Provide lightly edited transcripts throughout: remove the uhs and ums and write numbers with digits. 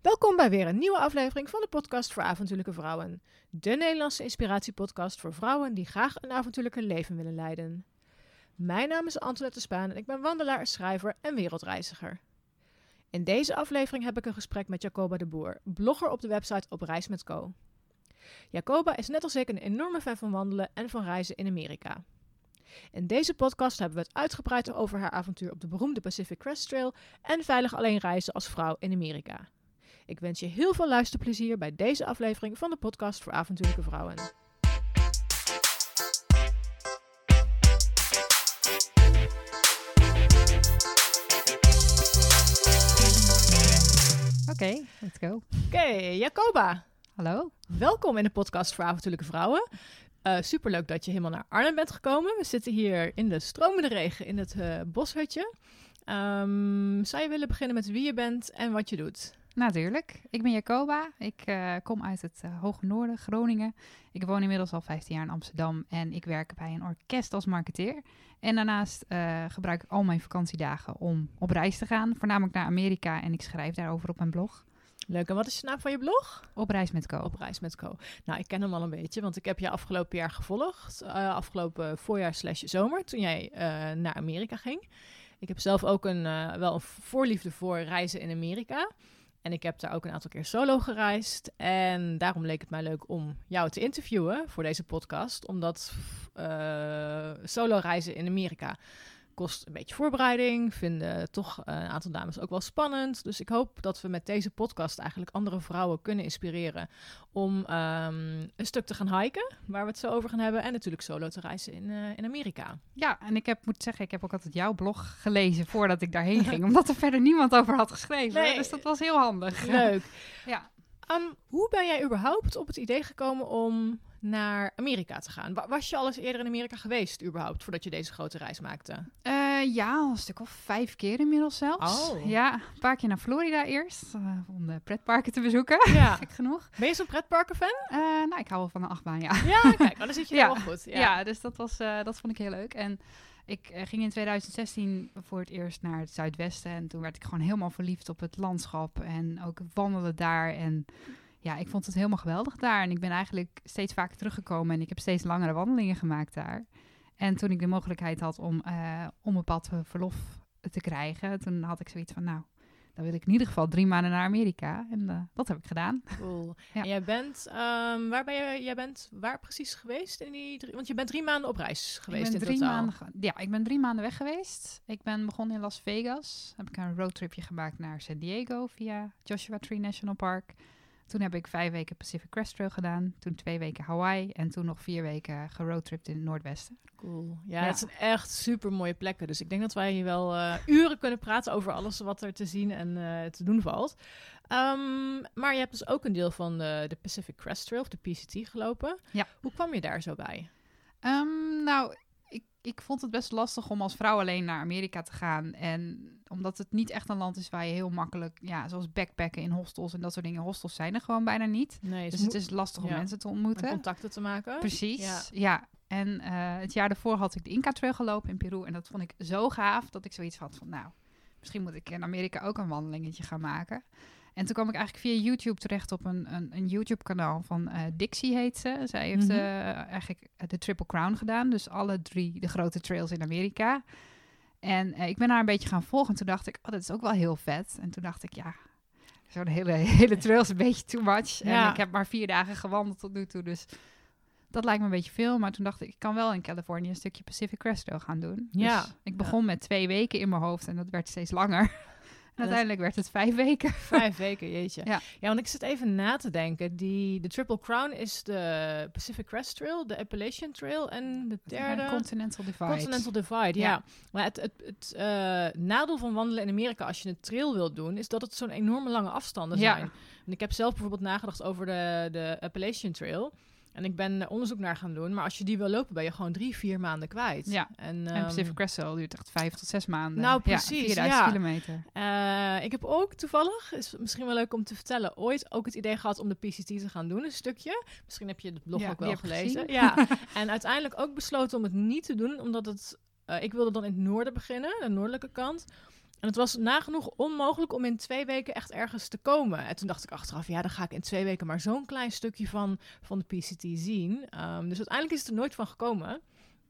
Welkom bij weer een nieuwe aflevering van de podcast voor avontuurlijke vrouwen. De Nederlandse inspiratiepodcast voor vrouwen die graag een avontuurlijker leven willen leiden. Mijn naam is Antoinette Spaan en ik ben wandelaar, schrijver en wereldreiziger. In deze aflevering heb ik een gesprek met Jacoba de Boer, blogger op de website Op Reis met Co. Jacoba is net als ik een enorme fan van wandelen en van reizen in Amerika. In deze podcast hebben we het uitgebreid over haar avontuur op de beroemde Pacific Crest Trail en veilig alleen reizen als vrouw in Amerika. Ik wens je heel veel luisterplezier bij deze aflevering van de podcast voor avontuurlijke vrouwen. Oké, let's go. Oké, Jacoba. Hallo. Welkom in de podcast voor avontuurlijke vrouwen. Superleuk dat je helemaal naar Arnhem bent gekomen. We zitten hier in de stromende regen in het boshutje. Zou je willen beginnen met wie je bent en wat je doet? Natuurlijk. Ik ben Jacoba. Ik kom uit het hoge noorden, Groningen. Ik woon inmiddels al 15 jaar in Amsterdam en ik werk bij een orkest als marketeer. En daarnaast gebruik ik al mijn vakantiedagen om op reis te gaan, voornamelijk naar Amerika, en ik schrijf daarover op mijn blog. Leuk. En wat is de naam van je blog? Op Reis met Co. Op Reis met Co. Nou, ik ken hem al een beetje, want ik heb je afgelopen jaar gevolgd. Afgelopen voorjaar/zomer, toen jij naar Amerika ging. Ik heb zelf ook wel een voorliefde voor reizen in Amerika. En ik heb daar ook een aantal keer solo gereisd. En daarom leek het mij leuk om jou te interviewen voor deze podcast. Omdat solo reizen in Amerika kost een beetje voorbereiding. Vinden toch een aantal dames ook wel spannend. Dus ik hoop dat we met deze podcast eigenlijk andere vrouwen kunnen inspireren om een stuk te gaan hiken, waar we het zo over gaan hebben. En natuurlijk solo te reizen in Amerika. Ja, en ik heb ook altijd jouw blog gelezen voordat ik daarheen ging. Omdat er verder niemand over had geschreven. Nee. Dus dat was heel handig. Leuk. Ja. Hoe ben jij überhaupt op het idee gekomen om naar Amerika te gaan? Was je al eens eerder in Amerika geweest überhaupt, voordat je deze grote reis maakte? Ja, al een stuk of 5 keer inmiddels zelfs. Oh. Ja, een paar keer naar Florida eerst, om de pretparken te bezoeken. Ja. Gek genoeg. Ben je zo'n pretparken-fan? Nou, ik hou wel van een achtbaan, ja. Ja, kijk, maar dan zit je Ja. wel goed. Ja. Ja, dus dat vond ik heel leuk. En ik ging in 2016 voor het eerst naar het zuidwesten. En toen werd ik gewoon helemaal verliefd op het landschap en ook het wandelen daar. En ja, ik vond het helemaal geweldig daar. En ik ben eigenlijk steeds vaker teruggekomen en ik heb steeds langere wandelingen gemaakt daar. En toen ik de mogelijkheid had om een pad verlof te krijgen, toen had ik zoiets van, nou, dan wil ik in ieder geval 3 maanden naar Amerika. En dat heb ik gedaan. Cool. Ja. En jij bent, jij bent waar precies geweest in die want je bent 3 maanden op reis geweest in totaal. Ik ben 3 maanden weg geweest. Ik ben begonnen in Las Vegas. Heb ik een roadtripje gemaakt naar San Diego via Joshua Tree National Park. Toen heb ik 5 weken Pacific Crest Trail gedaan. Toen 2 weken Hawaii. En toen nog 4 weken geroadtript in het Noordwesten. Cool. Ja, het zijn echt super mooie plekken. Dus ik denk dat wij hier wel uren kunnen praten over alles wat er te zien en te doen valt. Maar je hebt dus ook een deel van de Pacific Crest Trail, of de PCT, gelopen. Ja. Hoe kwam je daar zo bij? Ik vond het best lastig om als vrouw alleen naar Amerika te gaan. En omdat het niet echt een land is waar je heel makkelijk, ja, zoals backpacken in hostels en dat soort dingen. Hostels zijn er gewoon bijna niet. Nee, Dus het is lastig om mensen te ontmoeten. En contacten te maken. Precies, ja. En het jaar daarvoor had ik de Inca Trail gelopen in Peru. En dat vond ik zo gaaf dat ik zoiets had van, nou, misschien moet ik in Amerika ook een wandelingetje gaan maken. En toen kwam ik eigenlijk via YouTube terecht op een YouTube-kanaal van Dixie heet ze. Zij heeft eigenlijk de Triple Crown gedaan. Dus alle 3 de grote trails in Amerika. En ik ben haar een beetje gaan volgen. En toen dacht ik, dat is ook wel heel vet. En toen dacht ik, ja, zo'n hele trail is een beetje too much. Ja. En ik heb maar 4 dagen gewandeld tot nu toe. Dus dat lijkt me een beetje veel. Maar toen dacht ik kan wel in Californië een stukje Pacific Crest Trail gaan doen. Ja. Dus ik begon met 2 weken in mijn hoofd. En dat werd steeds langer. En uiteindelijk werd het 5 weken. 5 weken, jeetje. Ja. Ja, want ik zit even na te denken. De Triple Crown is de Pacific Crest Trail, de Appalachian Trail en de derde... Continental Divide. Continental Divide, ja. Maar het nadeel van wandelen in Amerika als je een trail wilt doen, is dat het zo'n enorme lange afstanden zijn. En ik heb zelf bijvoorbeeld nagedacht over de Appalachian Trail. En ik ben onderzoek naar gaan doen. Maar als je die wil lopen, ben je gewoon 3-4 maanden kwijt. Ja, en Pacific Crest Trail duurt echt 5 tot 6 maanden. Nou, precies, 4000 kilometer. Ik heb ook toevallig, is misschien wel leuk om te vertellen, ooit ook het idee gehad om de PCT te gaan doen, een stukje. Misschien heb je het blog ook wel gelezen. Ja. En uiteindelijk ook besloten om het niet te doen, omdat ik wilde dan in het noorden beginnen, de noordelijke kant. En het was nagenoeg onmogelijk om in 2 weken echt ergens te komen. En toen dacht ik achteraf, ja, dan ga ik in 2 weken maar zo'n klein stukje van de PCT zien. Dus uiteindelijk is het er nooit van gekomen.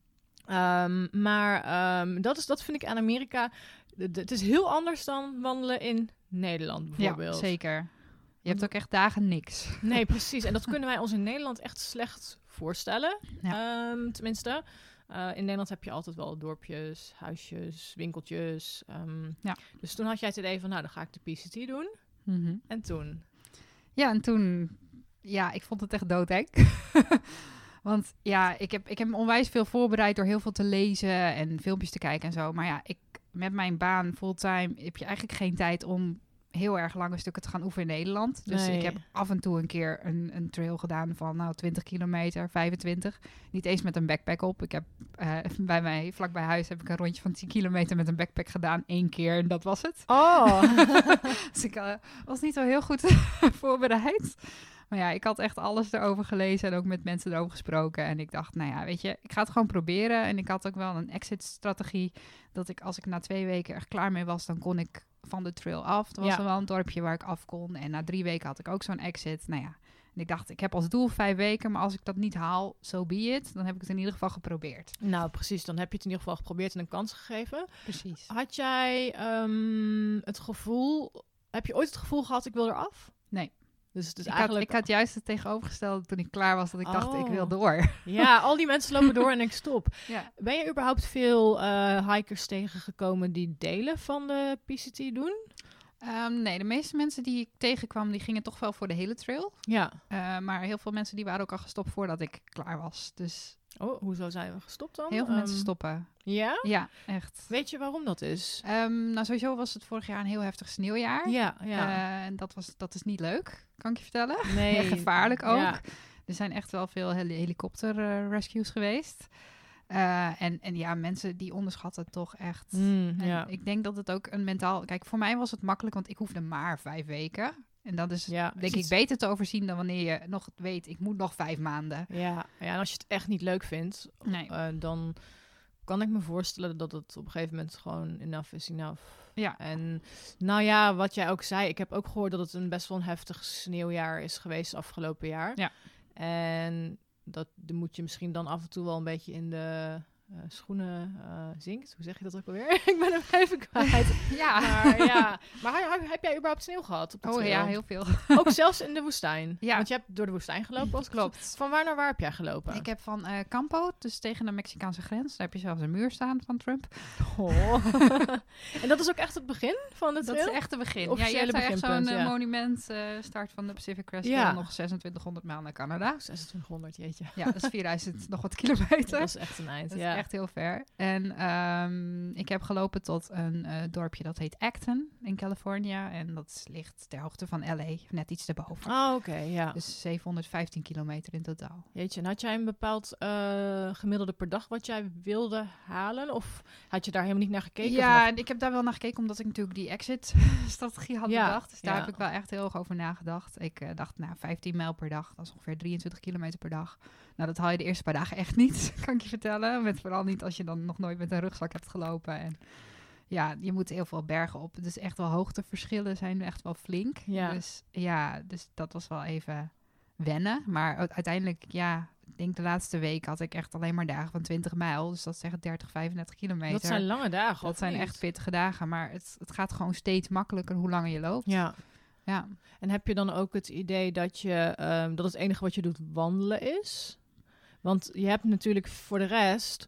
Maar dat vind ik aan Amerika. Het is heel anders dan wandelen in Nederland bijvoorbeeld. Ja, zeker. Je hebt ook echt dagen niks. Nee, precies. En dat kunnen wij ons in Nederland echt slecht voorstellen. Ja. Tenminste, in Nederland heb je altijd wel dorpjes, huisjes, winkeltjes. Dus toen had jij het idee van, nou, dan ga ik de PCT doen. Mm-hmm. En toen? Ja, en toen... Ja, ik vond het echt doodeng. Want ja, ik heb onwijs veel voorbereid door heel veel te lezen en filmpjes te kijken en zo. Maar ja, met mijn baan fulltime heb je eigenlijk geen tijd om heel erg lange stukken te gaan oefenen in Nederland. Dus ik heb af en toe een keer een trail gedaan van 20 kilometer, 25. Niet eens met een backpack op. Ik heb bij mij, vlakbij huis, heb ik een rondje van 10 kilometer met een backpack gedaan. 1 keer en dat was het. Oh! Dus ik was niet zo heel goed voorbereid. Maar ja, ik had echt alles erover gelezen en ook met mensen erover gesproken. En ik dacht, nou ja, weet je, ik ga het gewoon proberen. En ik had ook wel een exit-strategie. Dat als ik na 2 weken er klaar mee was, dan kon ik van de trail af. Er was wel een dorpje waar ik af kon. En na 3 weken had ik ook zo'n exit. Nou ja, en ik dacht, ik heb als doel 5 weken. Maar als ik dat niet haal, so be it. Dan heb ik het in ieder geval geprobeerd. Nou, precies. Dan heb je het in ieder geval geprobeerd en een kans gegeven. Precies. Had jij het gevoel... Heb je ooit het gevoel gehad, ik wil eraf? Nee. Dus het is Ik had juist het tegenovergestelde toen ik klaar was. Dat ik dacht, ik wil door. Ja, al die mensen lopen door en ik stop. Ja. Ben je überhaupt veel hikers tegengekomen die delen van de PCT doen? Nee, de meeste mensen die ik tegenkwam, die gingen toch wel voor de hele trail. Ja. Maar heel veel mensen die waren ook al gestopt voordat ik klaar was. Dus Oh, hoezo zijn we gestopt dan? heel veel mensen stoppen. Ja? Ja, echt. Weet je waarom dat is? Nou, sowieso was het vorig jaar een heel heftig sneeuwjaar. Ja. En dat is niet leuk, kan ik je vertellen. Nee. Echt gevaarlijk ook. Ja. Er zijn echt wel veel helikopter-rescues geweest. En ja, mensen die onderschatten het toch echt. En ik denk dat het ook een mentaal... Kijk, voor mij was het makkelijk, want ik hoefde maar 5 weken. En dat is, denk ik, beter te overzien dan wanneer je nog weet, ik moet nog 5 maanden. Ja, en als je het echt niet leuk vindt, dan kan ik me voorstellen dat het op een gegeven moment gewoon enough is enough. Ja. En nou ja, wat jij ook zei, ik heb ook gehoord dat het een best wel een heftig sneeuwjaar is geweest afgelopen jaar. Ja. En dat moet je misschien dan af en toe wel een beetje in de schoenen zinkt. Hoe zeg je dat ook alweer? Ik ben hem even kwijt. Maar heb jij überhaupt sneeuw gehad op de trail? Ja, heel veel. Ook zelfs in de woestijn? Ja. Want je hebt door de woestijn gelopen. Klopt. Van waar naar waar heb jij gelopen? Ik heb van Campo, dus tegen de Mexicaanse grens. Daar heb je zelfs een muur staan van Trump. Oh. En dat is ook echt het begin van de trail? Dat is echt het begin. Officiële je hebt echt zo'n monument, start van de Pacific Crest Trail, nog 2600 mijl naar Canada. 2600, jeetje. Ja, dat is 4000 nog wat kilometer. Dat is echt een eind, Dat is echt heel ver. En ik heb gelopen tot een dorpje dat heet Acton in California. En dat ligt ter hoogte van LA, net iets erboven. Oh, oké, ja. Dus 715 kilometer in totaal. Jeetje, en had jij een bepaald gemiddelde per dag wat jij wilde halen? Of had je daar helemaal niet naar gekeken? Ja, ik heb daar wel naar gekeken, omdat ik natuurlijk die exit-strategie had bedacht. Dus daar heb ik wel echt heel erg over nagedacht. Ik dacht, 15 mijl per dag, dat is ongeveer 23 kilometer per dag. Nou, dat haal je de eerste paar dagen echt niet, kan ik je vertellen. Vooral niet als je dan nog nooit met een rugzak hebt gelopen. En ja, je moet heel veel bergen op. Dus echt wel hoogteverschillen zijn echt wel flink. Ja. Dus dat was wel even wennen. Maar uiteindelijk, ik denk de laatste week had ik echt alleen maar dagen van 20 mijl. Dus dat is echt 30, 35 kilometer. Dat zijn lange dagen. Dat zijn echt pittige dagen. Maar het gaat gewoon steeds makkelijker hoe langer je loopt. Ja. Ja. En heb je dan ook het idee dat dat het enige wat je doet wandelen is? Want je hebt natuurlijk voor de rest...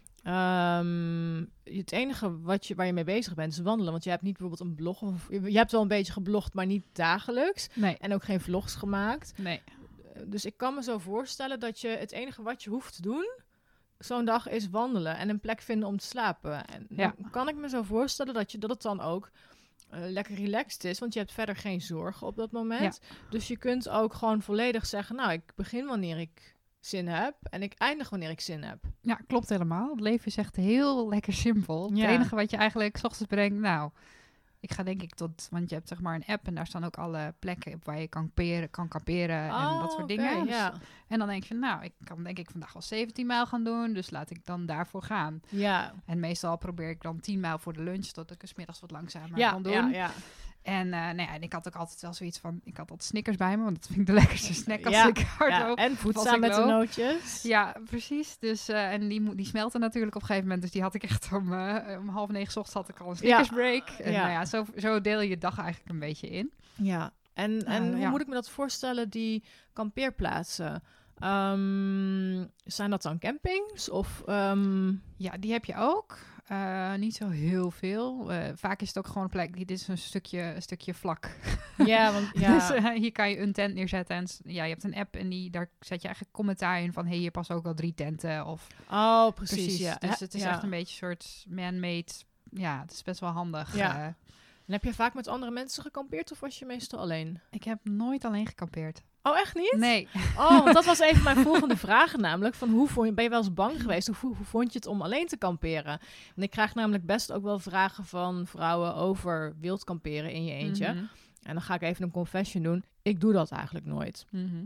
het enige waar je mee bezig bent is wandelen. Want je hebt niet bijvoorbeeld een blog. Je hebt wel een beetje geblogd, maar niet dagelijks. Nee. En ook geen vlogs gemaakt. Nee. Dus ik kan me zo voorstellen dat je het enige wat je hoeft te doen... zo'n dag is wandelen en een plek vinden om te slapen. En dan kan ik me zo voorstellen dat het dan ook... lekker relaxed is, want je hebt verder geen zorgen op dat moment. Ja. Dus je kunt ook gewoon volledig zeggen... nou, ik begin wanneer ik zin heb en ik eindig wanneer ik zin heb. Ja, klopt helemaal. Het leven is echt heel lekker simpel. Het enige wat je eigenlijk 's ochtends brengt... nou, Ik ga denk ik want je hebt zeg maar een app en daar staan ook alle plekken op waar je kan kamperen en dat soort dingen. Dus, Ja. en dan denk je van, nou, ik kan denk ik vandaag al 17 mijl gaan doen, dus laat ik dan daarvoor gaan. Ja. En meestal probeer ik dan 10 mijl voor de lunch, dat ik 's middags wat langzamer Ja, kan doen. ja. En, en ik had ook altijd wel zoiets van, ik had altijd Snickers bij me, want dat vind ik de lekkerste snack als Ja. ik hardloop. En Als voedzaam ik met de loop. nootjes. Ja, precies. Dus, en die smelten natuurlijk op een gegeven moment. Dus die had ik echt om 8:30 's ochtends had ik al een Snickers break. En Ja. nou ja, zo deel je je dag eigenlijk een beetje in. Ja. En hoe ja. moet ik me dat voorstellen, die kampeerplaatsen? Zijn dat dan campings? Of, Ja, die heb je ook. Niet zo heel veel. Vaak is het ook gewoon een plek. Dit is een stukje vlak. Ja, want ja. Dus hier kan je een tent neerzetten. En je hebt een app en daar zet je eigenlijk commentaar in van, hey, hier passen ook wel 3 tenten. Of Oh, precies. Ja. Dus het is Ja. echt een beetje een soort man-made. Ja, het is best wel handig. Ja. En heb je vaak met andere mensen gekampeerd of was je meestal alleen? Ik heb nooit alleen gekampeerd. Oh, echt niet? Nee. Oh, want dat was even mijn volgende vraag namelijk. Van ben je wel eens bang geweest? Hoe vond je het om alleen te kamperen? En ik krijg namelijk best ook wel vragen van vrouwen over wild kamperen in je eentje. Mhm. En dan ga ik even een confession doen. Ik doe dat eigenlijk nooit. Mhm.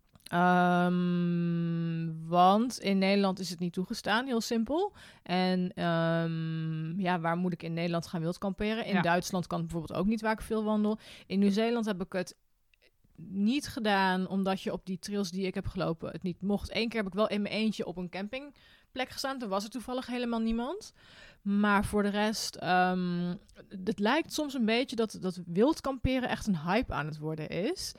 Want in Nederland is het niet toegestaan, heel simpel. En waar moet ik in Nederland gaan wild kamperen? In Ja. Duitsland kan het bijvoorbeeld ook niet, waar ik veel wandel. In Nieuw-Zeeland heb ik het niet gedaan, omdat je op die trails die ik heb gelopen het niet mocht. 1 keer heb ik wel in mijn eentje op een campingplek gestaan. Toen was er toevallig helemaal niemand. Maar voor de rest, het lijkt soms een beetje dat wild kamperen echt een hype aan het worden is.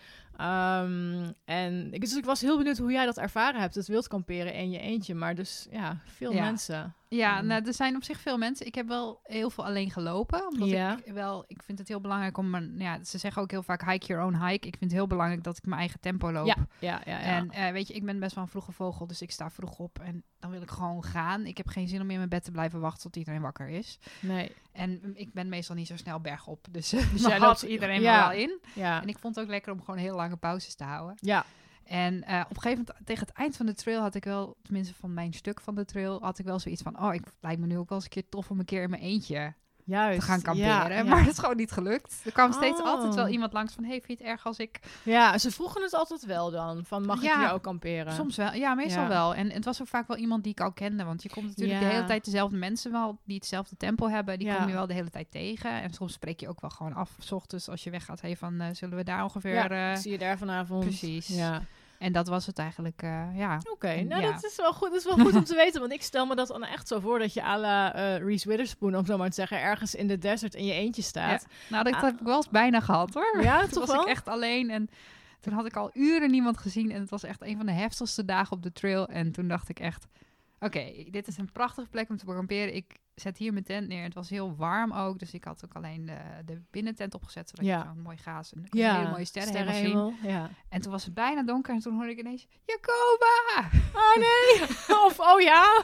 Dus ik was heel benieuwd hoe jij dat ervaren hebt, het wild kamperen in je eentje. Maar dus ja, veel Ja. mensen. Ja, nou, er zijn op zich veel mensen. Ik heb wel heel veel alleen gelopen. Omdat Ja. ik vind het heel belangrijk om ze zeggen ook heel vaak hike your own hike. Ik vind het heel belangrijk dat ik mijn eigen tempo loop. Ja. En weet je, ik ben best wel een vroege vogel, dus ik sta vroeg op en dan wil ik gewoon gaan. Ik heb geen zin om in mijn bed te blijven wachten tot iedereen wakker is. Nee. En ik ben meestal niet zo snel bergop, dus jij jij loopt- loopt iedereen ja. wel in. Ja. En ik vond het ook lekker om gewoon heel lange pauzes te houden. Ja. En op een gegeven moment, tegen het eind van de trail had ik wel, tenminste van mijn stuk van de trail, had ik wel zoiets van, het lijkt me nu ook wel eens een keer tof om een keer in mijn eentje Juist. te gaan kamperen. Ja. Maar dat is gewoon niet gelukt. Er kwam steeds Oh. altijd wel iemand langs van, hey, vind je het erg als ik... Ja, ze vroegen het altijd wel dan. Van, mag ik Ja, hier ook kamperen? Soms wel, ja, meestal Ja. wel. En het was ook vaak wel iemand die ik al kende, want je komt natuurlijk Ja. de hele tijd dezelfde mensen wel, die hetzelfde tempo hebben, die Ja. kom je wel de hele tijd tegen. En soms spreek je ook wel gewoon af, 's ochtends als je weggaat, hey, van, zullen we daar ongeveer... Ja, zie je daar vanavond. Precies. Ja. En dat was het eigenlijk, ja. Oké, En nou ja. dat is wel goed. Dat is wel goed om te weten, want ik stel me dat dan echt zo voor dat je à la Reese Witherspoon, om zo maar te zeggen, ergens in de desert in je eentje staat. Ja. Nou, dat heb ik wel eens bijna gehad, hoor. Ja, Toen toch was wel? ik echt alleen en toen had ik al uren niemand gezien. En het was echt een van de heftigste dagen op de trail. En toen dacht ik echt, oké, dit is een prachtige plek om te kamperen. Ik zet hier mijn tent neer. Het was heel warm ook, dus ik had ook alleen de binnentent opgezet, zodat Ja. je zo'n mooi gaas en een hele mooie sterrenhemel zien. Ja. En toen was het bijna donker en toen hoorde ik ineens, Jacoba! Oh nee! Of oh ja!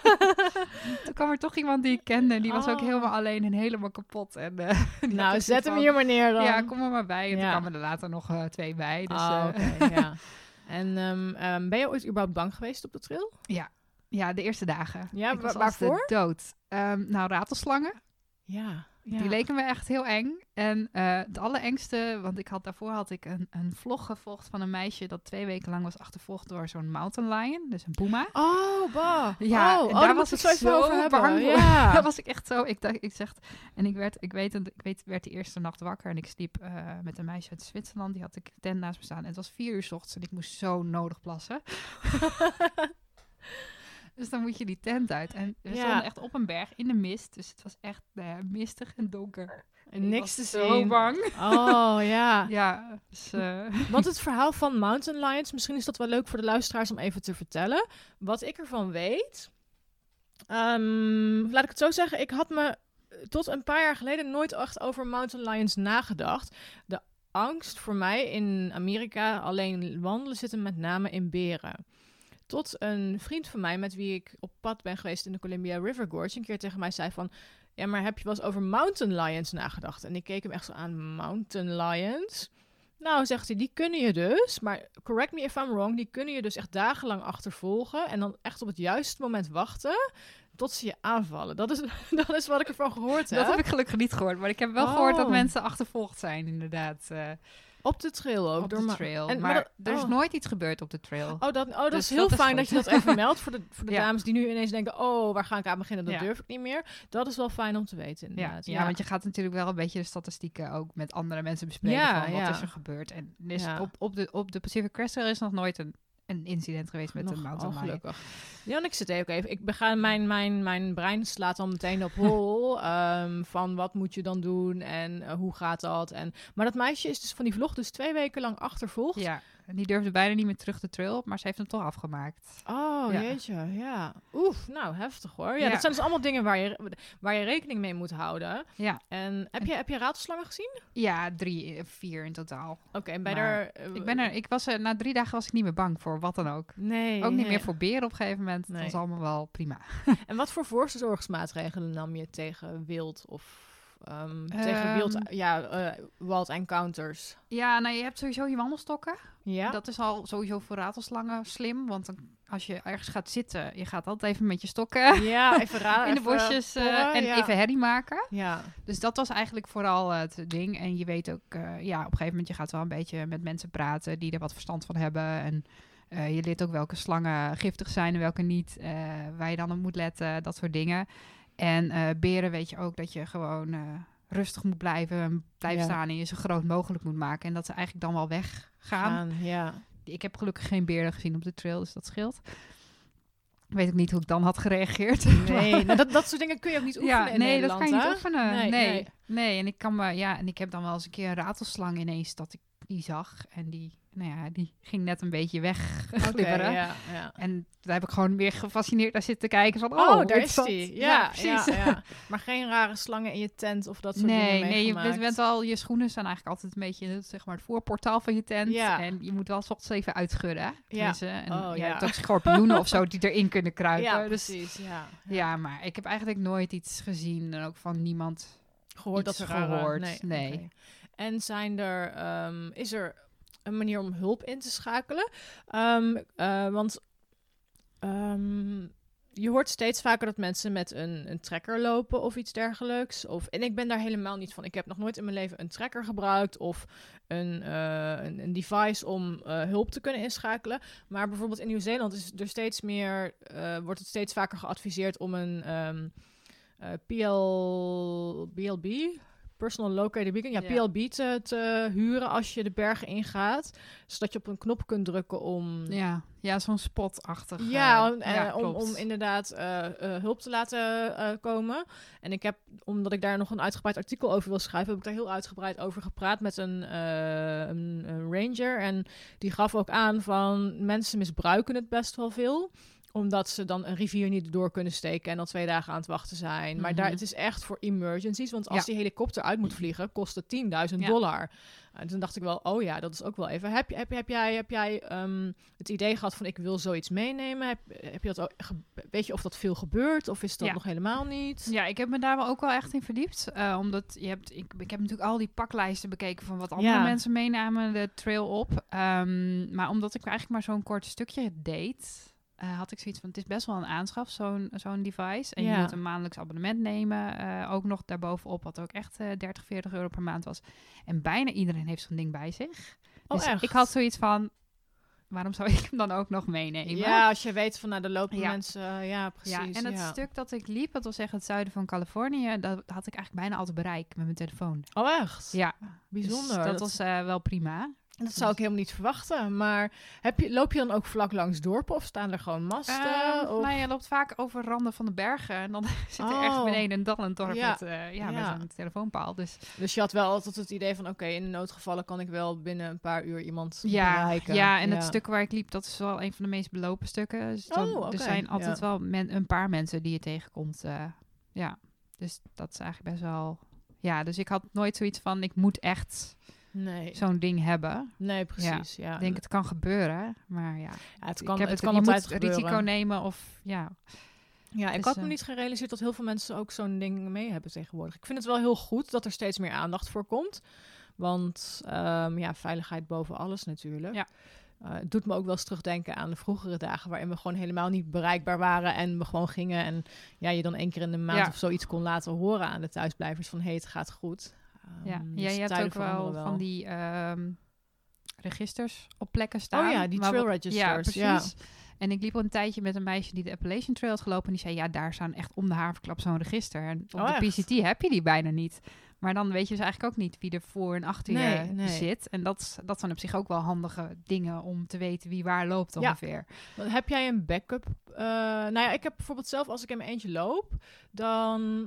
Toen kwam er toch iemand die ik kende en die was ook Oh. helemaal alleen en helemaal kapot. En, die had Nou, ook zet zoiets hem van, hier maar neer dan. Ja, kom er maar bij. En Ja. toen kwamen er later nog 2 bij. Dus, Oké, ja. En ben je ooit überhaupt bang geweest op de trail? ja, de eerste dagen. Ja, Ik was als waarvoor? de dood. Nou, ratelslangen. Ja. Die leken me echt heel eng. En het allerengste, want daarvoor had ik een vlog gevolgd van een meisje dat 2 weken lang was achtervolgd door zo'n mountain lion, dus een puma. Oh, bah. Ja, oh, en daar daar was was ik ik zo over zo hebben. bang voor. Ja. Daar was ik echt zo. Ik werd de eerste nacht wakker en ik sliep met een meisje uit Zwitserland. Die had ik tent naast me staan. En het was 4 uur 's ochtends en ik moest zo nodig plassen. Dus dan moet je die tent uit. En we Ja. stonden echt op een berg in de mist. Dus het was echt mistig en donker. En Ik niks te was zien. Zo bang. Oh, ja. Ja, dus, Want het verhaal van Mountain Lions, misschien is dat wel leuk voor de luisteraars om even te vertellen. Wat ik ervan weet, laat ik het zo zeggen, ik had me tot een paar jaar geleden nooit echt over Mountain Lions nagedacht. De angst voor mij in Amerika alleen wandelen zit hem met name in beren. Tot een vriend van mij, met wie ik op pad ben geweest in de Columbia River Gorge, een keer tegen mij zei van, ja, maar heb je wel eens over Mountain Lions nagedacht? En ik keek hem echt zo aan, Mountain Lions? Nou, zegt hij, die kunnen je dus, maar correct me if I'm wrong, die kunnen je dus echt dagenlang achtervolgen en dan echt op het juiste moment wachten. tot ze je aanvallen. Dat is wat ik ervan gehoord heb. Dat heb ik gelukkig niet gehoord. Maar ik heb wel gehoord dat mensen achtervolgd zijn, inderdaad. Op de trail ook. Op de trail. Maar er is nooit iets gebeurd op de trail. Dat Dus is heel dat is fijn goed. dat je dat even meldt voor de Ja. dames die nu ineens denken... waar ga ik aan beginnen? Dat Ja. durf ik niet meer. Dat is wel fijn om te weten, inderdaad. Ja, want je gaat natuurlijk wel een beetje de statistieken ook met andere mensen bespreken van wat is er gebeurd. En dus op de Pacific Crest Trail is nog nooit een incident geweest met een mountainbike. Gelukkig. Ja, en ik zit ook even. Ik bega mijn brein slaat dan meteen op hol van wat moet je dan doen en hoe gaat dat? Maar dat meisje is dus van die vlog dus 2 weken lang achtervolgd. Ja, en die durfde bijna niet meer terug de trail op, maar ze heeft hem toch afgemaakt. Oh, Ja. jeetje, ja. Oef, nou, heftig hoor. Ja, Ja. dat zijn dus allemaal dingen waar je rekening mee moet houden. Ja, En heb je ratelslangen gezien? ja 3, 4 in totaal. Oké, en Maar na 3 dagen was ik niet meer bang voor wat dan ook. Nee. Ook niet meer voor beren op een gegeven moment. Nee. Dat was allemaal wel prima. En wat voor voorzorgsmaatregelen nam je tegen wild of tegen wild, wild encounters? Ja, nou je hebt sowieso je wandelstokken. Ja. Dat is al sowieso voor ratelslangen slim. Want dan, als je ergens gaat zitten, je gaat altijd even met je stokken Ja, even raden. in de bosjes even herrie maken. Ja. Dus dat was eigenlijk vooral het ding. En je weet ook, op een gegeven moment, je gaat wel een beetje met mensen praten die er wat verstand van hebben. En je leert ook welke slangen giftig zijn en welke niet. Waar je dan op moet letten, dat soort dingen. En beren weet je ook dat je gewoon rustig moet blijven staan en je zo groot mogelijk moet maken. En dat ze eigenlijk dan wel weggaan. Ja. Ik heb gelukkig geen beren gezien op de trail, dus dat scheelt. Ik weet ook niet hoe ik dan had gereageerd. Nee, nou, dat soort dingen kun je ook niet oefenen in Nederland. Dat kan je niet oefenen. Nee. En ik heb dan wel eens een keer een ratelslang ineens dat ik die zag. En die ging net een beetje weg glibberen. Ja. En daar heb ik gewoon weer gefascineerd naar zitten kijken van, daar is die. Ja, precies. Ja. Maar geen rare slangen in je tent of dat soort dingen meegemaakt. Nee, je bent al, je schoenen staan eigenlijk altijd een beetje zeg maar het voorportaal van je tent. Ja. En je moet wel 's ochtends even uitschudden. Ja. En je hebt ook schorpioenen of zo die erin kunnen kruipen. Ja, dus, precies. Ja, maar ik heb eigenlijk nooit iets gezien en ook van niemand gehoord iets dat er gehoord. Nee. Okay. En is er een manier om hulp in te schakelen? Want je hoort steeds vaker dat mensen met een tracker lopen of iets dergelijks. En ik ben daar helemaal niet van. Ik heb nog nooit in mijn leven een tracker gebruikt of een device om hulp te kunnen inschakelen. Maar bijvoorbeeld in Nieuw-Zeeland is er steeds meer, wordt het steeds vaker geadviseerd om een PLB, Personal Locator Beacon, PLB te huren als je de bergen ingaat. Zodat je op een knop kunt drukken om... Ja, zo'n spotachtig. Om inderdaad hulp te laten komen. En omdat ik daar nog een uitgebreid artikel over wil schrijven, heb ik daar heel uitgebreid over gepraat met een ranger. En die gaf ook aan van mensen misbruiken het best wel veel. Omdat ze dan een rivier niet door kunnen steken en dan 2 dagen aan het wachten zijn. Maar het is echt voor emergencies. Want als die helikopter uit moet vliegen, kost het $10.000. En toen dacht ik wel, dat is ook wel even. Heb jij het idee gehad van ik wil zoiets meenemen? Heb je dat ook, weet je of dat veel gebeurt? Of is dat nog helemaal niet? Ja, ik heb me daar wel ook wel echt in verdiept. Omdat ik heb natuurlijk al die paklijsten bekeken van wat andere mensen meenamen de trail op. Maar omdat ik eigenlijk maar zo'n kort stukje deed, had ik zoiets van, het is best wel een aanschaf, zo'n device. En je moet een maandelijks abonnement nemen. Ook nog daarbovenop, wat ook echt 30, 40 euro per maand was. En bijna iedereen heeft zo'n ding bij zich. Dus echt? ik had zoiets van, waarom zou ik hem dan ook nog meenemen? Ja, als je weet van, er lopen mensen... Ja, precies. Ja, en het stuk dat ik liep, dat wil zeggen het zuiden van Californië, dat had ik eigenlijk bijna altijd bereik met mijn telefoon. Oh, echt? Ja. Bijzonder. Dus dat was wel prima. Dat zou ik helemaal niet verwachten. Maar loop je dan ook vlak langs dorpen of staan er gewoon masten? Nou, je loopt vaak over randen van de bergen en dan zit er ergens beneden en dan een dorp met een telefoonpaal. Dus je had wel altijd het idee van, oké, in de noodgevallen kan ik wel binnen een paar uur iemand bereiken. Ja, en het stuk waar ik liep, dat is wel een van de meest belopen stukken. Dus er zijn altijd wel een paar mensen die je tegenkomt. Dus dat is eigenlijk best wel... Ja, dus ik had nooit zoiets van, ik moet echt... zo'n ding hebben. Nee, precies. Ja. Ik denk, het kan gebeuren, maar het kan altijd gebeuren. Risico nemen of Ja, ik had me niet gerealiseerd dat heel veel mensen ook zo'n ding mee hebben tegenwoordig. Ik vind het wel heel goed dat er steeds meer aandacht voor komt. Want veiligheid boven alles natuurlijk. Ja. Het doet me ook wel eens terugdenken aan de vroegere dagen... waarin we gewoon helemaal niet bereikbaar waren... en we gewoon gingen en je dan 1 keer in de maand of zoiets kon laten horen aan de thuisblijvers... van het gaat goed. Je hebt ook wel van die registers op plekken staan. Oh ja, die trail registers. Ja, precies. Ja. En ik liep al een tijdje met een meisje die de Appalachian Trail had gelopen... en die zei, daar staan echt om de haverklap zo'n register. En op de PCT heb je die bijna niet... Maar dan weet je dus eigenlijk ook niet wie er voor en achter je zit. En dat zijn op zich ook wel handige dingen om te weten wie waar loopt ongeveer. Ja. Heb jij een backup? Ik heb bijvoorbeeld zelf als ik in mijn eentje loop, dan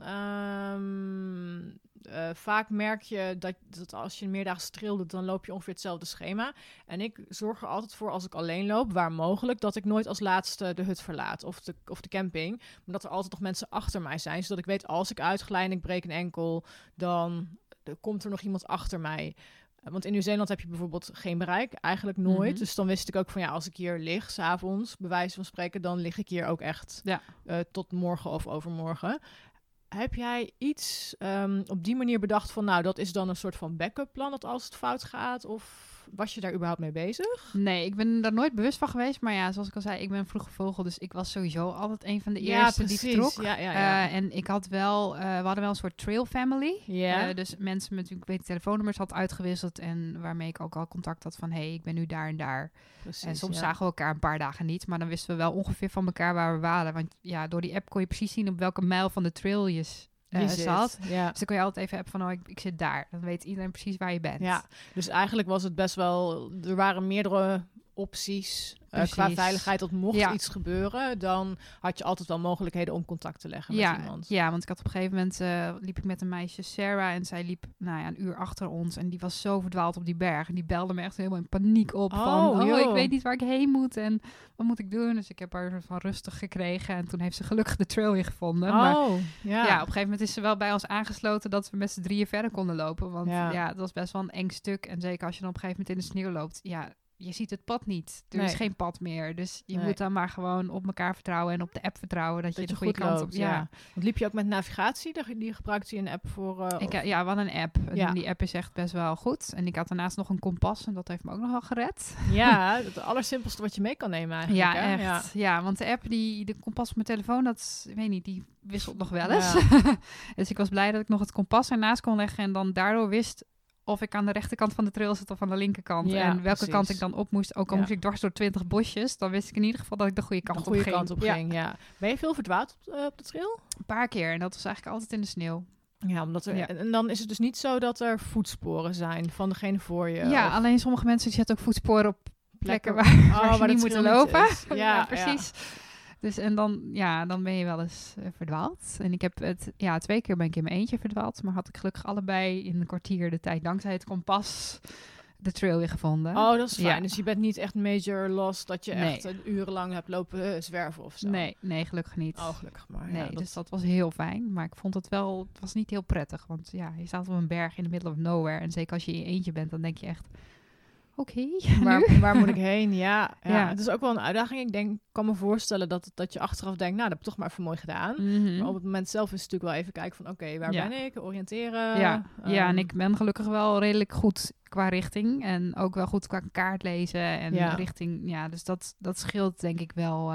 vaak merk je dat als je een meerdaagse trail doet, dan loop je ongeveer hetzelfde schema. En ik zorg er altijd voor als ik alleen loop, waar mogelijk, dat ik nooit als laatste de hut verlaat of de camping. Maar dat er altijd nog mensen achter mij zijn, zodat ik weet als ik uitglijd en ik breek een enkel, dan komt er nog iemand achter mij. Want in Nieuw-Zeeland heb je bijvoorbeeld geen bereik, eigenlijk nooit. Mm-hmm. Dus dan wist ik ook van als ik hier lig, 's avonds, bij wijze van spreken, dan lig ik hier ook echt tot morgen of overmorgen. Heb jij iets op die manier bedacht van, dat is dan een soort van backup plan, dat als het fout gaat? Of was je daar überhaupt mee bezig? Nee, ik ben daar nooit bewust van geweest. Maar zoals ik al zei, ik ben een vroege vogel, dus ik was sowieso altijd een van de eerste die vertrok. Ja. En ik had wel, we hadden wel een soort trail family. Yeah. Dus mensen met wie ik telefoonnummers had uitgewisseld en waarmee ik ook al contact had van, ik ben nu daar en daar. Precies, en soms zagen we elkaar een paar dagen niet, maar dan wisten we wel ongeveer van elkaar waar we waren. Want door die app kon je precies zien op welke mijl van de trail je zat. Ja. Dus dan kon je altijd even appen van, ik zit daar. Dan weet iedereen precies waar je bent. Ja, dus eigenlijk was het best wel, er waren meerdere opties qua veiligheid. Dat mocht iets gebeuren, dan had je altijd wel mogelijkheden om contact te leggen met iemand. Ja, want ik had op een gegeven moment liep ik met een meisje, Sarah, en zij liep een uur achter ons en die was zo verdwaald op die berg en die belde me echt helemaal in paniek op ik weet niet waar ik heen moet en wat moet ik doen? Dus ik heb haar van rustig gekregen en toen heeft ze gelukkig de trail weer gevonden. Maar op een gegeven moment is ze wel bij ons aangesloten dat we met z'n drieën verder konden lopen, want het was best wel een eng stuk en zeker als je dan op een gegeven moment in de sneeuw loopt, je ziet het pad niet. Er is geen pad meer. Dus je moet dan maar gewoon op elkaar vertrouwen en op de app vertrouwen dat je de goede kant op. Ja. Want liep je ook met navigatie? Die gebruikte je een app voor? We hadden een app. En die app is echt best wel goed. En ik had daarnaast nog een kompas en dat heeft me ook nogal gered. Ja, het allersimpelste wat je mee kan nemen eigenlijk. Ja, hè? Echt. Ja, want de app, de kompas op mijn telefoon, dat, ik weet niet, die wisselt nog wel eens. Ja. Dus ik was blij dat ik nog het kompas ernaast kon leggen en dan daardoor wist of ik aan de rechterkant van de trail zit of aan de linkerkant. Ja, en welke kant ik dan op moest. Ook al moest ik dwars door 20 bosjes. Dan wist ik in ieder geval dat ik de goede kant op ging. Ja. Ben je veel verdwaald op de trail? Een paar keer. En dat was eigenlijk altijd in de sneeuw. Ja, omdat en dan is het dus niet zo dat er voetsporen zijn van degene voor je? Ja, alleen sommige mensen zetten ook voetsporen op plekken waar je niet moeten lopen. Ja, precies. Ja. Dus en dan ben je wel eens verdwaald. En ik heb 2 keer ben ik in mijn eentje verdwaald. Maar had ik gelukkig allebei in een kwartier de tijd, dankzij het kompas, de trail weer gevonden. Oh, dat is fijn. Ja. Dus je bent niet echt major lost dat je echt urenlang hebt lopen zwerven of zo? Nee, gelukkig niet. Oh, gelukkig maar. Nee, dus dat was heel fijn. Maar ik vond het was niet heel prettig. Want je staat op een berg in the middle of nowhere. En zeker als je in je eentje bent, dan denk je echt, oké, waar moet ik heen? Ja, het is ook wel een uitdaging. Ik kan me voorstellen dat je achteraf denkt, dat heb ik toch maar even mooi gedaan. Mm-hmm. Maar op het moment zelf is het natuurlijk wel even kijken van, oké, waar ben ik? Oriënteren. Ja, en ik ben gelukkig wel redelijk goed qua richting. En ook wel goed qua kaart lezen en richting. Ja, dus dat scheelt denk ik wel.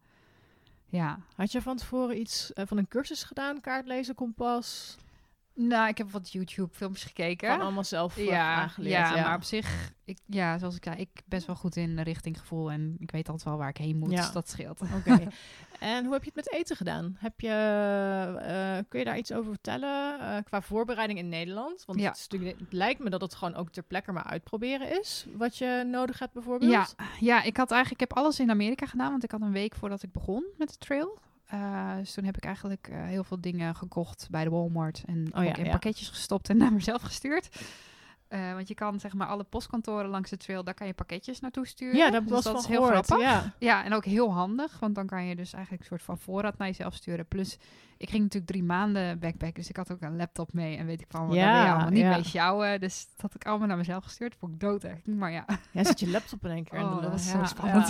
Had je van tevoren iets van een cursus gedaan? Kaart lezen, kompas? Nou, ik heb wat YouTube-filmpjes gekeken. Van allemaal zelf aangeleerd. Ja, maar op zich, zoals ik zei, ik best wel goed in richtinggevoel. En ik weet altijd wel waar ik heen moet, dus dat scheelt. Oké. En hoe heb je het met eten gedaan? Kun je daar iets over vertellen qua voorbereiding in Nederland? Want het lijkt me dat het gewoon ook ter plekke maar uitproberen is. Wat je nodig hebt bijvoorbeeld. Ja, ik heb alles in Amerika gedaan. Want ik had een week voordat ik begon met de trail. Dus toen heb ik eigenlijk heel veel dingen gekocht bij de Walmart. En in pakketjes gestopt en naar mezelf gestuurd. Want je kan zeg maar alle postkantoren langs de trail, daar kan je pakketjes naartoe sturen. Ja, dat is heel grappig. Ja, en ook heel handig. Want dan kan je dus eigenlijk een soort van voorraad naar jezelf sturen. Plus, ik ging natuurlijk 3 maanden backpacken. Dus ik had ook een laptop mee. En weet ik van, wat dan ben je allemaal niet mee sjouwen. Dus dat had ik allemaal naar mezelf gestuurd. Vond ik dood eigenlijk. Maar ja. Ja, zet je laptop in één keer. Dat was zo spannend.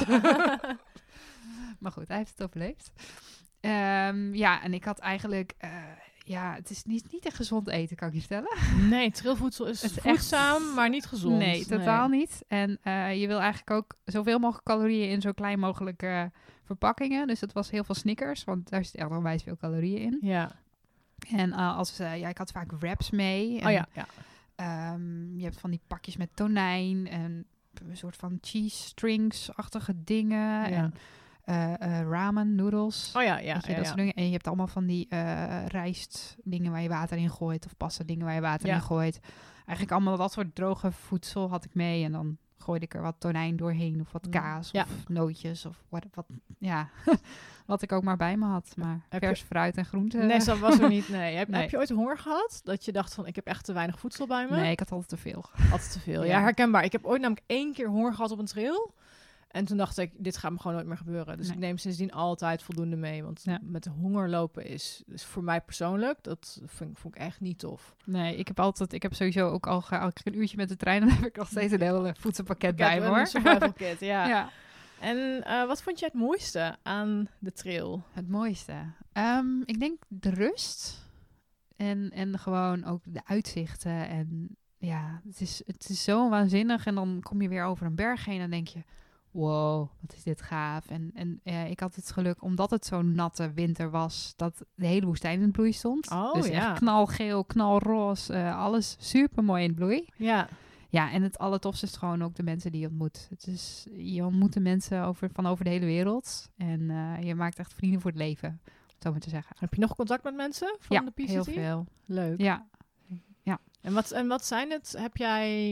Maar goed, hij heeft het overleefd. En ik had eigenlijk ja, het is niet echt gezond eten, kan ik je vertellen. Nee, trailvoedsel is Het is voedzaam, maar niet gezond. Nee, totaal niet. En je wil eigenlijk ook zoveel mogelijk calorieën in zo klein mogelijke verpakkingen. Dus het was heel veel Snickers, want daar zit echt onwijs veel calorieën in. Ja. En ik had vaak wraps mee. En, Ja. je hebt van die pakjes met tonijn en een soort van cheese strings-achtige dingen. Ja. En ramen, noodles. Ja. Weet je, dat soort dingen. En je hebt allemaal van die rijst dingen waar je water in gooit. Of pasta dingen waar je water in gooit. Eigenlijk allemaal dat soort droge voedsel had ik mee. En dan gooide ik er wat tonijn doorheen. Of wat kaas of nootjes. Of wat wat ik ook maar bij me had. Maar vers fruit en groenten. Nee, dat was er niet. Nee. Heb je ooit honger gehad? Dat je dacht van, ik heb echt te weinig voedsel bij me? Nee, ik had altijd te veel. Altijd te veel. Ja, herkenbaar. Ik heb ooit namelijk 1 keer honger gehad op een trail. En toen dacht ik, dit gaat me gewoon nooit meer gebeuren. Dus ik neem sindsdien altijd voldoende mee. Want met de honger lopen is voor mij persoonlijk, dat vond ik echt niet tof. Nee, ik heb sowieso ook al een uurtje met de trein. En dan heb ik nog steeds een hele voedselpakket bij me, hoor. Een survival kit, ja. En wat vond je het mooiste aan de trail? Het mooiste? Ik denk de rust. En gewoon ook de uitzichten. En ja, het is zo waanzinnig. En dan kom je weer over een berg heen en denk je, wow, wat is dit gaaf. En ik had het geluk, omdat het zo'n natte winter was, dat de hele woestijn in bloei stond. Dus echt knalgeel, knalroze, alles super mooi in bloei. Ja. Ja, en het allertofste is gewoon ook de mensen die je ontmoet. Je ontmoet de mensen van over de hele wereld. En je maakt echt vrienden voor het leven, om het zo maar te zeggen. Heb je nog contact met mensen van de PCT? Heel veel. Leuk. Ja. En wat zijn het? Heb jij...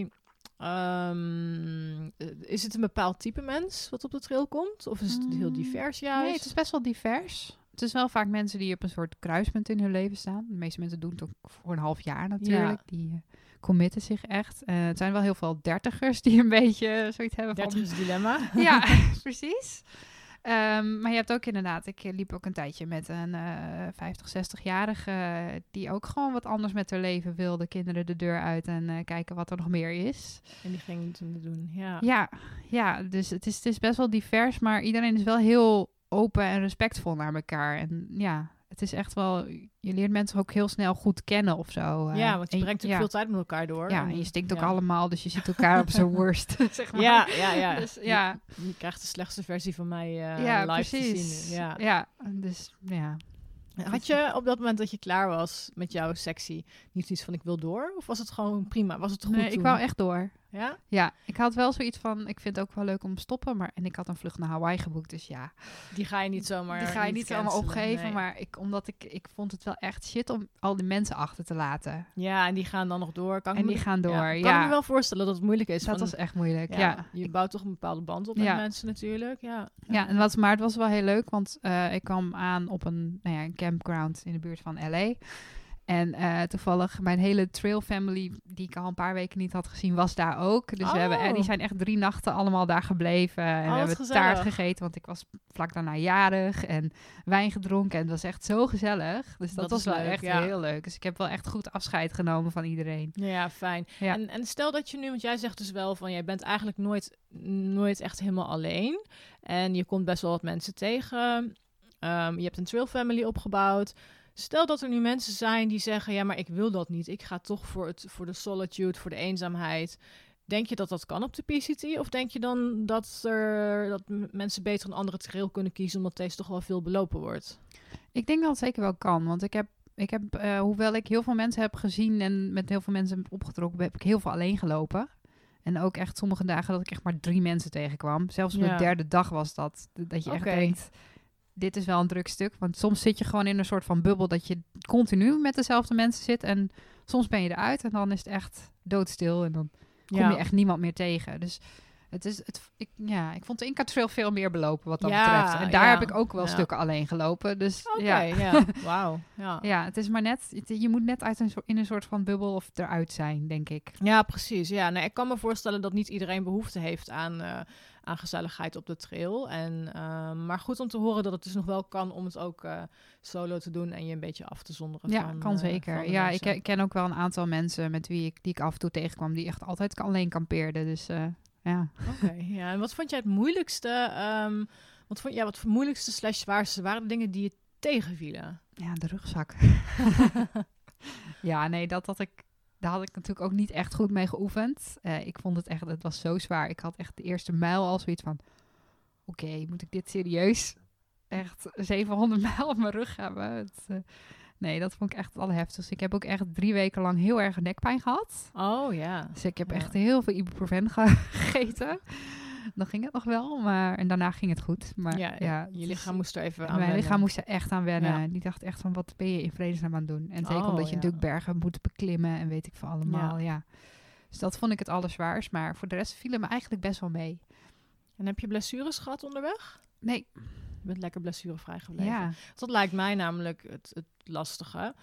is het een bepaald type mens wat op de trail komt? Of is het heel divers juist? Nee, het is best wel divers. Het is wel vaak mensen die op een soort kruispunt in hun leven staan. De meeste mensen doen het ook voor een half jaar natuurlijk. Ja. Die committen zich echt. Het zijn wel heel veel dertigers die een beetje zoiets hebben van... Dertigers dilemma. Ja, precies. Maar je hebt ook inderdaad... Ik liep ook een tijdje met een 50, 60-jarige... die ook gewoon wat anders met haar leven wilde. Kinderen de deur uit en kijken wat er nog meer is. En die ging het doen, ja. Ja, dus het is best wel divers... maar iedereen is wel heel open en respectvol naar elkaar. En ja, het is echt wel... Je leert mensen ook heel snel goed kennen of zo. Ja, want je brengt ook veel tijd met elkaar door. Ja, en je stinkt ook allemaal, dus je ziet elkaar op zijn worst, zeg maar. Ja. Dus, je krijgt de slechtste versie van mij live precies. te zien. Ja, dus ja. Had je op dat moment dat je klaar was met jouw sectie niet iets van ik wil door? Of was het gewoon prima? Was het goed Nee, toen? Ik wou echt door. Ja? Ja, ik had wel zoiets van, ik vind het ook wel leuk om te stoppen. En ik had een vlucht naar Hawaii geboekt, dus ja. Die ga je niet zomaar Die ga je niet zomaar opgeven, nee. Maar omdat ik vond het wel echt shit om al die mensen achter te laten. Ja, en die gaan dan nog door. Kan ik me wel voorstellen dat het moeilijk is. Dat was echt moeilijk, ja. Je bouwt toch een bepaalde band op met mensen natuurlijk, ja. Maar het was wel heel leuk, want ik kwam aan op een campground in de buurt van LA. En toevallig mijn hele trail family, die ik al een paar weken niet had gezien, was daar ook. Dus die zijn echt 3 nachten allemaal daar gebleven. En we hebben taart gegeten, want ik was vlak daarna jarig. En wijn gedronken. En het was echt zo gezellig. Dus dat was wel leuk, echt heel leuk. Dus ik heb wel echt goed afscheid genomen van iedereen. Ja, fijn. Ja. En stel dat je nu, want jij zegt dus wel van, jij bent eigenlijk nooit echt helemaal alleen. En je komt best wel wat mensen tegen. Je hebt een trail family opgebouwd. Stel dat er nu mensen zijn die zeggen, ja, maar ik wil dat niet. Ik ga toch voor de solitude, voor de eenzaamheid. Denk je dat dat kan op de PCT? Of denk je dan dat mensen beter een andere trail kunnen kiezen, omdat deze toch wel veel belopen wordt? Ik denk dat het zeker wel kan. Want ik heb hoewel ik heel veel mensen heb gezien en met heel veel mensen heb opgetrokken, heb ik heel veel alleen gelopen. En ook echt sommige dagen dat ik echt maar 3 mensen tegenkwam. Zelfs op de 3e dag was dat je echt denkt, dit is wel een druk stuk. Want soms zit je gewoon in een soort van bubbel dat je continu met dezelfde mensen zit. En soms ben je eruit en dan is het echt doodstil. En dan kom je echt niemand meer tegen. Dus ik vond de Inca Trail veel meer belopen wat dat betreft. En daar heb ik ook wel stukken alleen gelopen. Dus wauw. Ja, het is maar net, je moet net in een soort van bubbel of eruit zijn, denk ik. Ja, precies. Ja, ik kan me voorstellen dat niet iedereen behoefte heeft aan gezelligheid op de trail. Maar goed om te horen dat het dus nog wel kan om het ook solo te doen en je een beetje af te zonderen. Ja, kan zeker. Ja, ik ken ook wel een aantal mensen met die ik af en toe tegenkwam die echt altijd alleen kampeerden. Dus ja. Oké, ja. En wat vond jij het moeilijkste? Wat voor moeilijkste / zwaarste waren de dingen die je tegenvielen? Ja, de rugzak. Ja, nee, daar had ik natuurlijk ook niet echt goed mee geoefend. Ik vond het was zo zwaar. Ik had echt de eerste mijl al zoiets van, oké, moet ik dit serieus echt 700 mijl op mijn rug hebben? Nee, dat vond ik echt het allerheftigste. Ik heb ook echt 3 weken lang heel erg nekpijn gehad. Oh ja. Dus ik heb echt heel veel ibuprofen gegeten. Dan ging het nog wel, en daarna ging het goed. Maar je lichaam moest er even aan Mijn wennen. lichaam moest er echt aan wennen. Ja. Die dacht echt van, wat ben je in vredesnaam aan het doen? En zeker omdat je natuurlijk bergen moet beklimmen en weet ik veel allemaal. Ja. Dus dat vond ik het allerzwaarst. Maar voor de rest viel het me eigenlijk best wel mee. En heb je blessures gehad onderweg? Nee. Je bent lekker blessurevrij gebleven. Ja. Dat lijkt mij namelijk het lastige.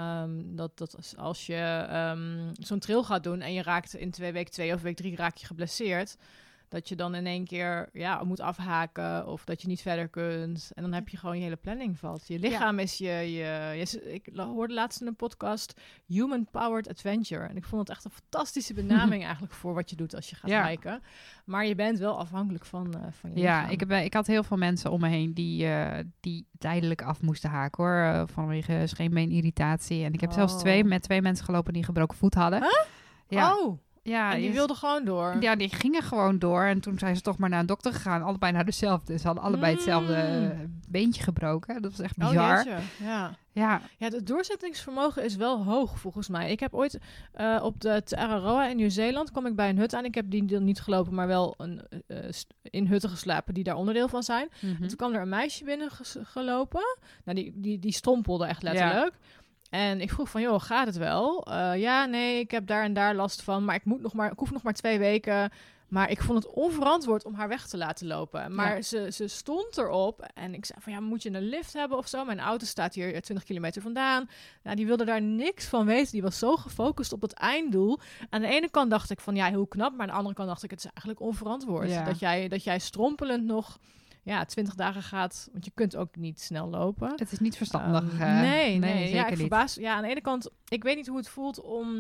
Dat als je zo'n trail gaat doen en je raakt in week 2 of week 3 raak je geblesseerd, dat je dan in één keer moet afhaken of dat je niet verder kunt. En dan heb je gewoon je hele planning valt. Je lichaam is ik hoorde laatst in een podcast Human Powered Adventure. En ik vond het echt een fantastische benaming eigenlijk voor wat je doet als je gaat hiken. Maar je bent wel afhankelijk van je lichaam. Ja, ik had heel veel mensen om me heen die tijdelijk af moesten haken hoor. Vanwege scheenbeenirritatie. En ik heb zelfs met 2 mensen gelopen die gebroken voet hadden. Huh? Ja. Oh! Ja, en die wilden gewoon door. Ja, die gingen gewoon door. En toen zijn ze toch maar naar een dokter gegaan. Allebei naar dezelfde. Ze hadden allebei hetzelfde beentje gebroken. Dat was echt bizar. Ja, het doorzettingsvermogen is wel hoog volgens mij. Ik heb ooit op de Te Araroa in Nieuw-Zeeland kwam ik bij een hut aan. Ik heb die niet gelopen, maar wel in hutten geslapen die daar onderdeel van zijn. Mm-hmm. En toen kwam er een meisje binnen gelopen. Nou, die strompelde echt letterlijk. Ja. En ik vroeg van, joh, gaat het wel? Nee, ik heb daar en daar last van, maar ik hoef nog maar 2 weken. Maar ik vond het onverantwoord om haar weg te laten lopen. Maar ze stond erop en ik zei van, moet je een lift hebben of zo? Mijn auto staat hier 20 kilometer vandaan. Nou, die wilde daar niks van weten. Die was zo gefocust op het einddoel. Aan de ene kant dacht ik van, heel knap. Maar aan de andere kant dacht ik, het is eigenlijk onverantwoord. Ja. Dat jij strompelend nog 20 dagen gaat, want je kunt ook niet snel lopen. Het is niet verstandig. Nee, zeker ik verbaas. Ja, aan de ene kant, ik weet niet hoe het voelt om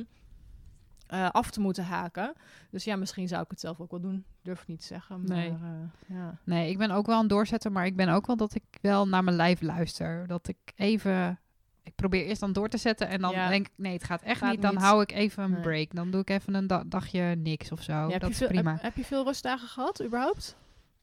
af te moeten haken. Dus misschien zou ik het zelf ook wel doen. Durf ik niet te zeggen. Maar, Nee, ik ben ook wel een doorzetter, maar ik ben ook wel dat ik wel naar mijn lijf luister. Dat ik even... Ik probeer eerst dan door te zetten en dan denk ik, nee, het gaat echt niet. Dan hou ik even een break. Dan doe ik even een dagje niks of zo. Ja, dat is prima. Heb je veel rustdagen gehad, überhaupt?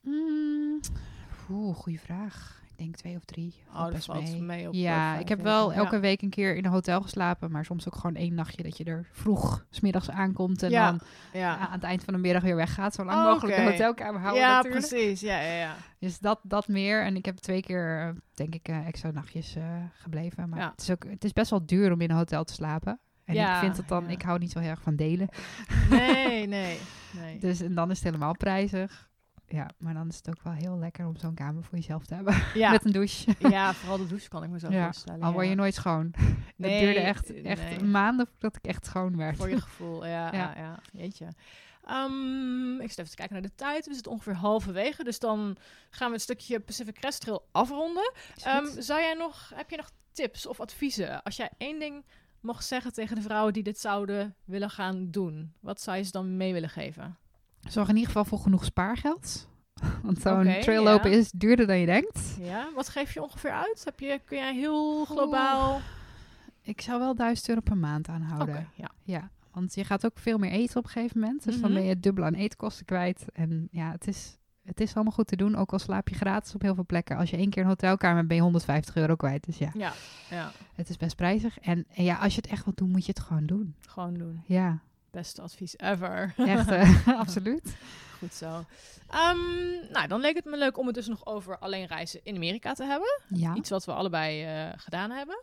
Goeie vraag. Ik denk 2 of 3. Dat valt mee op. Ik heb wel elke week een keer in een hotel geslapen, maar soms ook gewoon 1 nachtje dat je er vroeg 's middags aankomt en dan aan het eind van de middag weer weggaat. Zo lang mogelijk de hotelkamer houden natuurlijk. Precies. Ja. Dus dat meer. En ik heb 2 keer, denk ik, extra nachtjes gebleven. Maar het is best wel duur om in een hotel te slapen. En ik vind het dan, ik hou niet zo heel erg van delen. Nee. Dus en dan is het helemaal prijzig. Ja, maar dan is het ook wel heel lekker om zo'n kamer voor jezelf te hebben. Ja. Met een douche. Ja, vooral de douche kan ik me zo voorstellen. Al word je nooit schoon. Nee, het duurde echt maanden voordat ik echt schoon werd. Voor je gevoel, ja. Jeetje. Ik zit even te kijken naar de tijd. We zitten ongeveer halverwege. Dus dan gaan we een stukje Pacific Crest Trail afronden. Heb je nog tips of adviezen? Als jij 1 ding mocht zeggen tegen de vrouwen die dit zouden willen gaan doen. Wat zou je ze dan mee willen geven? Zorg in ieder geval voor genoeg spaargeld. Want zo'n trail lopen is duurder dan je denkt. Ja, wat geef je ongeveer uit? Kun jij heel globaal... Ik zou wel €1000 per maand aanhouden. Ja, want je gaat ook veel meer eten op een gegeven moment. Dus dan ben je het dubbele aan eetkosten kwijt. En ja, het is allemaal goed te doen. Ook al slaap je gratis op heel veel plekken. Als je 1 keer een hotelkamer hebt, ben je €150 kwijt. Dus ja. Het is best prijzig. En als je het echt wilt doen, moet je het gewoon doen. Gewoon doen. Ja. Beste advies ever. Echt, absoluut. Goed zo. Dan leek het me leuk om het dus nog over alleen reizen in Amerika te hebben. Ja. Iets wat we allebei gedaan hebben.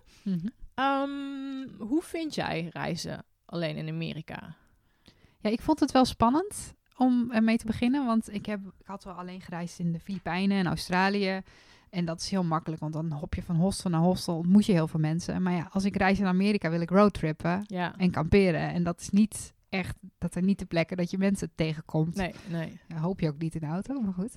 Hoe vind jij reizen alleen in Amerika? Ja, ik vond het wel spannend om ermee te beginnen. Want ik had wel alleen gereisd in de Filipijnen en Australië. En dat is heel makkelijk, want dan hop je van hostel naar hostel, ontmoet je heel veel mensen. Maar als ik reis in Amerika, wil ik roadtrippen en kamperen. En dat is niet echt, dat er niet de plekken dat je mensen tegenkomt. Nee. Ja, hoop je ook niet in de auto, maar goed.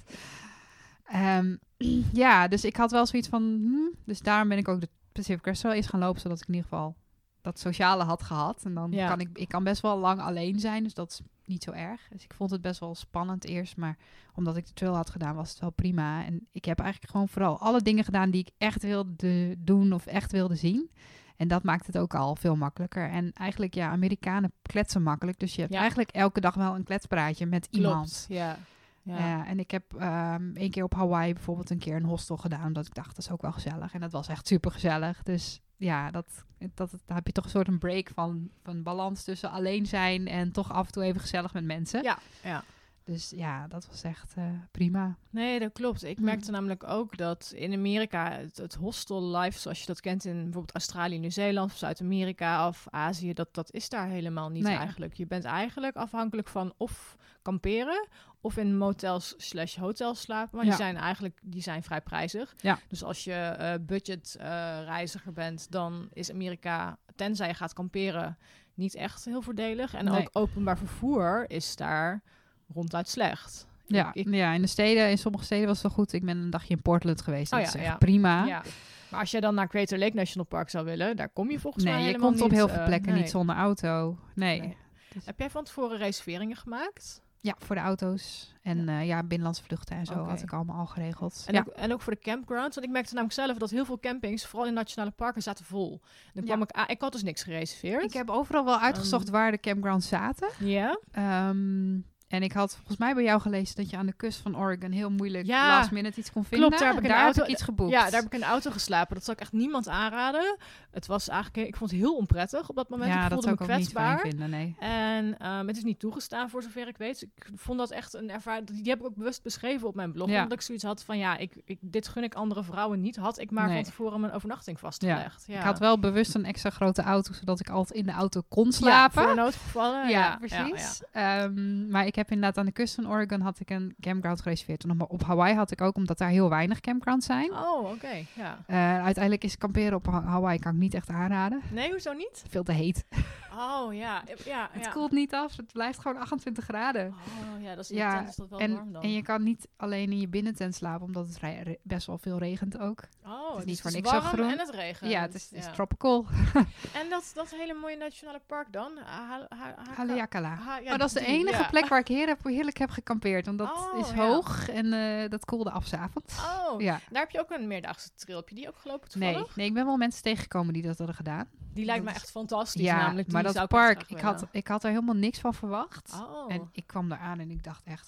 Dus ik had wel zoiets van, dus daarom ben ik ook de Pacific Crest Trail eens gaan lopen, zodat ik in ieder geval dat sociale had gehad. En dan kan ik kan best wel lang alleen zijn, dus dat is niet zo erg. Dus ik vond het best wel spannend eerst, maar omdat ik de trail had gedaan, was het wel prima. En ik heb eigenlijk gewoon vooral alle dingen gedaan die ik echt wilde doen of echt wilde zien. En dat maakt het ook al veel makkelijker. En eigenlijk, Amerikanen kletsen makkelijk. Dus je hebt eigenlijk elke dag wel een kletspraatje met iemand. Ja. En ik heb 1 keer op Hawaii bijvoorbeeld een keer een hostel gedaan. Omdat ik dacht, dat is ook wel gezellig. En dat was echt super gezellig. Dus ja, daar heb je toch een soort een break van balans tussen alleen zijn en toch af en toe even gezellig met mensen. Ja. Dus ja, dat was echt prima. Nee, dat klopt. Ik merkte namelijk ook dat in Amerika het hostel life, zoals je dat kent in bijvoorbeeld Australië, Nieuw-Zeeland of Zuid-Amerika of Azië, dat is daar helemaal niet eigenlijk. Je bent eigenlijk afhankelijk van of kamperen of in motels / hotels slapen. Maar die zijn vrij prijzig. Ja. Dus als je budget reiziger bent, dan is Amerika, tenzij je gaat kamperen, niet echt heel voordelig. En ook openbaar vervoer is daar ronduit slecht. Ja, in sommige steden was het wel goed. Ik ben een dagje in Portland geweest. Dat is echt prima. Ja. Maar als jij dan naar Crater Lake National Park zou willen, daar kom je volgens mij helemaal niet. Nee, je komt op heel veel plekken niet zonder auto. Nee. Dus... Heb jij van tevoren reserveringen gemaakt? Ja, voor de auto's. En binnenlandse vluchten en zo had ik allemaal al geregeld. En ook voor de campgrounds. Want ik merkte namelijk zelf dat heel veel campings, vooral in nationale parken, zaten vol. Dan kwam ik had dus niks gereserveerd. Ik heb overal wel uitgezocht waar de campgrounds zaten. Ja. En ik had volgens mij bij jou gelezen dat je aan de kust van Oregon heel moeilijk last minute iets kon vinden. Klopt, daar heb ik iets geboekt. Ja, daar heb ik in de auto geslapen. Dat zou ik echt niemand aanraden. Het was eigenlijk, ik vond het heel onprettig op dat moment. Ja, ik voelde me kwetsbaar. Niet fijn vinden, nee. En het is niet toegestaan voor zover ik weet. Ik vond dat echt een ervaring. Die heb ik ook bewust beschreven op mijn blog. Omdat ik zoiets had van dit gun ik andere vrouwen niet. Had ik maar van tevoren mijn overnachting vastgelegd. Ja. Ik had wel bewust een extra grote auto, zodat ik altijd in de auto kon slapen. Ja, voor noodgevallen. Ja, precies. Ja. Maar ik heb inderdaad aan de kust van Oregon had ik een campground gereserveerd. En op Hawaii had ik ook, omdat daar heel weinig campgrounds zijn. Oh, oké. Ja. Uiteindelijk is kamperen op Hawaii kan ik niet echt aanraden. Nee, hoezo niet? Veel te heet. Oh, ja. Het koelt niet af. Het blijft gewoon 28 graden. Oh, ja. Dat is dat wel warm dan. En je kan niet alleen in je binnentent slapen, omdat het best wel veel regent ook. Oh, het is niet voor niks zo groen. En het regent. Ja, het is tropical. En dat hele mooie nationale park dan? Haleakala. Dat is de enige plek waar ik heerlijk heb gekampeerd. Want dat is hoog en dat koelde af 's avonds. Oh, daar heb je ook een meerdaagse trail. Heb je die ook gelopen toevallig? Nee, ik ben wel mensen tegengekomen die dat hadden gedaan. Die lijkt me echt fantastisch. Ja, namelijk, maar dat park, ik had er helemaal niks van verwacht. Oh. En ik kwam daar aan en ik dacht echt,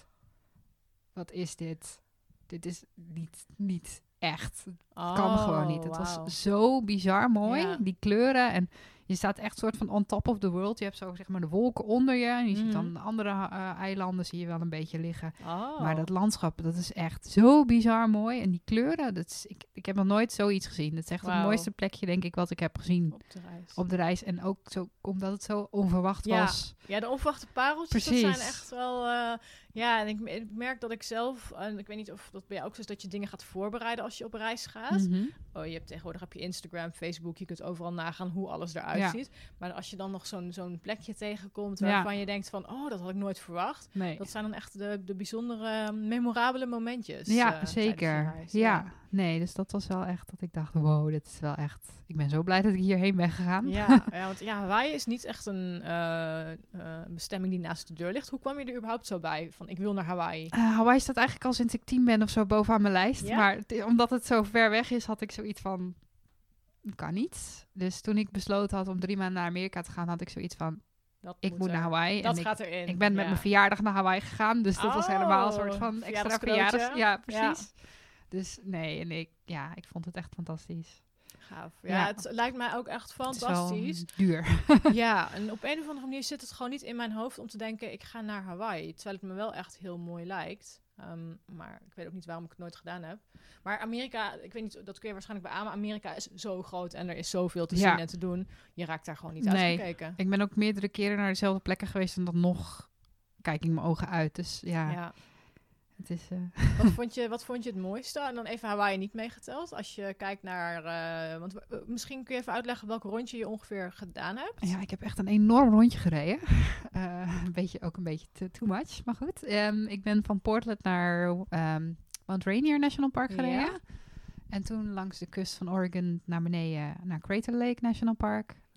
wat is dit? Dit is niet echt. Het kan gewoon niet. Het was zo bizar mooi. Ja. Die kleuren en je staat echt soort van on top of the world. Je hebt zo zeg maar de wolken onder je. En je ziet dan de andere eilanden zie je wel een beetje liggen. Oh. Maar dat landschap, dat is echt zo bizar mooi. En die kleuren, ik heb nog nooit zoiets gezien. Dat is echt het mooiste plekje, denk ik, wat ik heb gezien op de reis. En ook zo, omdat het zo onverwacht was. Ja, de onverwachte pareltjes, dat zijn echt wel... en ik merk dat ik zelf... En ik weet niet of dat bij jou ook zo is, dat je dingen gaat voorbereiden als je op reis gaat. Mm-hmm. Tegenwoordig heb je Instagram, Facebook. Je kunt overal nagaan hoe alles eruit ziet. Maar als je dan nog zo'n plekje tegenkomt waarvan je denkt van... Oh, dat had ik nooit verwacht. Nee. Dat zijn dan echt de bijzondere, memorabele momentjes. Ja, zeker. Nee, dus dat was wel echt dat ik dacht... Wow, dit is wel echt... Ik ben zo blij dat ik hierheen ben gegaan. Want Hawaii is niet echt een bestemming die naast de deur ligt. Hoe kwam je er überhaupt zo bij? Van, ik wil naar Hawaii. Hawaii staat eigenlijk al sinds ik 10 ben of zo bovenaan mijn lijst. Ja? Maar omdat het zo ver weg is, had ik zoiets van... Kan niet. Dus toen ik besloten had om 3 maanden naar Amerika te gaan, had ik zoiets van... Ik moet naar Hawaii. Dat gaat erin. Ik ben met mijn verjaardag naar Hawaii gegaan. Dus dat was helemaal een soort van extra verjaardag. Ja, precies. Ja. Dus ik vond het echt fantastisch. Gaaf. Ja, het lijkt mij ook echt fantastisch. Het is wel duur. Ja, en op een of andere manier zit het gewoon niet in mijn hoofd om te denken, ik ga naar Hawaii. Terwijl het me wel echt heel mooi lijkt. Maar ik weet ook niet waarom ik het nooit gedaan heb. Maar Amerika, ik weet niet, dat kun je waarschijnlijk beamen. Amerika is zo groot en er is zoveel te zien en te doen. Je raakt daar gewoon niet uitgekeken. Ik ben ook meerdere keren naar dezelfde plekken geweest en dan nog kijk ik mijn ogen uit. Dus ja. Het is, Wat vond je het mooiste? En dan even Hawaii niet meegeteld. Als je kijkt naar... want misschien kun je even uitleggen welk rondje je ongeveer gedaan hebt. Ja, ik heb echt een enorm rondje gereden. Ook een beetje too much, maar goed. Ik ben van Portland naar Mount Rainier National Park gereden. Ja. En toen langs de kust van Oregon naar beneden naar Crater Lake National Park.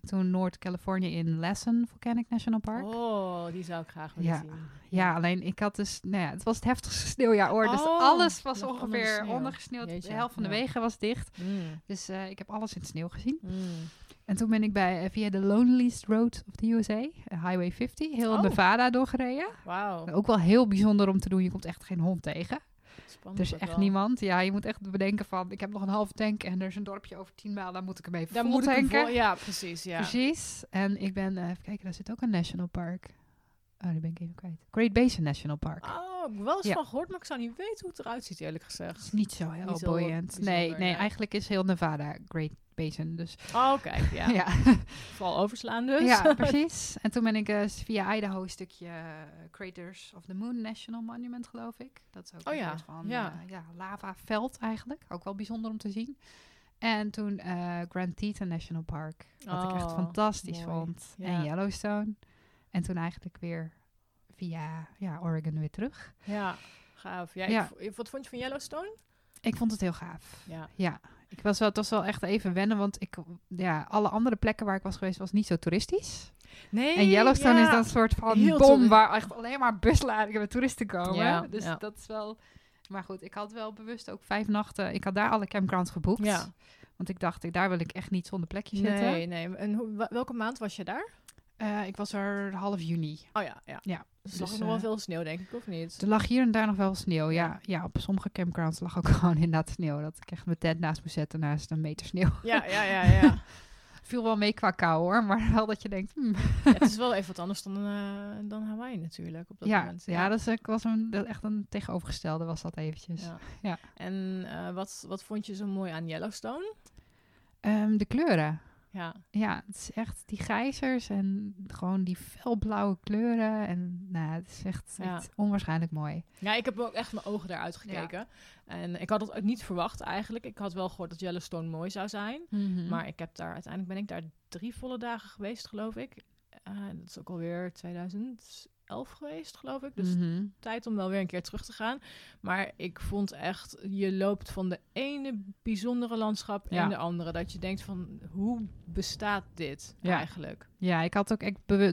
toen Noord-Californië in Lassen Volcanic National Park. Oh, die zou ik graag willen zien. Ja, alleen ik had dus... Nou ja, het was het heftigste sneeuwjaar hoor. Dus alles was ongeveer ondergesneeuwd. Jeetje, De helft van de wegen was dicht. Mm. Dus ik heb alles in het sneeuw gezien. Mm. En toen ben ik via de Loneliest Road of the USA, Highway 50, heel Nevada doorgereden. Wauw. Ook wel heel bijzonder om te doen. Je komt echt geen hond tegen. Spannend. Er is echt niemand. Ja, je moet echt bedenken van, ik heb nog een halve tank en er is een dorpje over 10 mijl, daar moet ik hem even Daar vol moet tanken. ik ja, precies. Ja. Precies. En ik ben, even kijken, daar zit ook een national park. Oh, die ben ik even kwijt. Great Basin National Park. Oh, ik heb wel eens van gehoord, maar ik zou niet weten hoe het eruit ziet, eerlijk gezegd. Het is niet zo heel Niet zo boeiend. Nee, eigenlijk is heel Nevada Great Basin. Dus. Oh, kijk, ja. Ja. Vooral overslaan dus. Ja, precies. En toen ben ik via Idaho een stukje Craters of the Moon National Monument, geloof ik. Dat is ook een soort van lavaveld eigenlijk. Ook wel bijzonder om te zien. En toen Grand Teton National Park. Wat ik echt fantastisch vond. Ja. En Yellowstone. En toen eigenlijk weer via Oregon weer terug. Ja, gaaf. Ja, wat vond je van Yellowstone? Ik vond het heel gaaf. Ja. Het was wel echt even wennen, want alle andere plekken waar ik was geweest was niet zo toeristisch. Nee. En Yellowstone is dan een soort van bom waar echt alleen maar busladingen met toeristen komen. Ja, dus dat is wel... Maar goed, ik had wel bewust ook 5 nachten... Ik had daar alle campgrounds geboekt. Ja. Want ik dacht, daar wil ik echt niet zonder plekje zitten. Nee. En welke maand was je daar? Ik was er half juni. Oh ja. Dus lag er nog wel veel sneeuw, denk ik, of niet? Er lag hier en daar nog wel sneeuw, ja. Ja, op sommige campgrounds lag ook gewoon inderdaad sneeuw. Dat ik echt mijn tent naast moest zetten naast een meter sneeuw. Ja. Viel wel mee qua kou hoor, maar wel dat je denkt... Ja, het is wel even wat anders dan Hawaii natuurlijk op dat moment. Ja, dat was echt een tegenovergestelde was dat eventjes. Ja. En wat vond je zo mooi aan Yellowstone? De kleuren. Ja, het is echt die gijzers en gewoon die felblauwe kleuren. En het is echt onwaarschijnlijk mooi. Ja, ik heb ook echt mijn ogen eruit gekeken. Ja. En ik had het ook niet verwacht eigenlijk. Ik had wel gehoord dat Yellowstone mooi zou zijn. Mm-hmm. Maar uiteindelijk ben ik daar 3 volle dagen geweest, geloof ik. Dat is ook alweer 2011 geweest, geloof ik. Dus tijd om wel weer een keer terug te gaan. Maar ik vond echt, je loopt van de ene bijzondere landschap in de andere. Dat je denkt van, hoe bestaat dit eigenlijk? Ja, ik had ook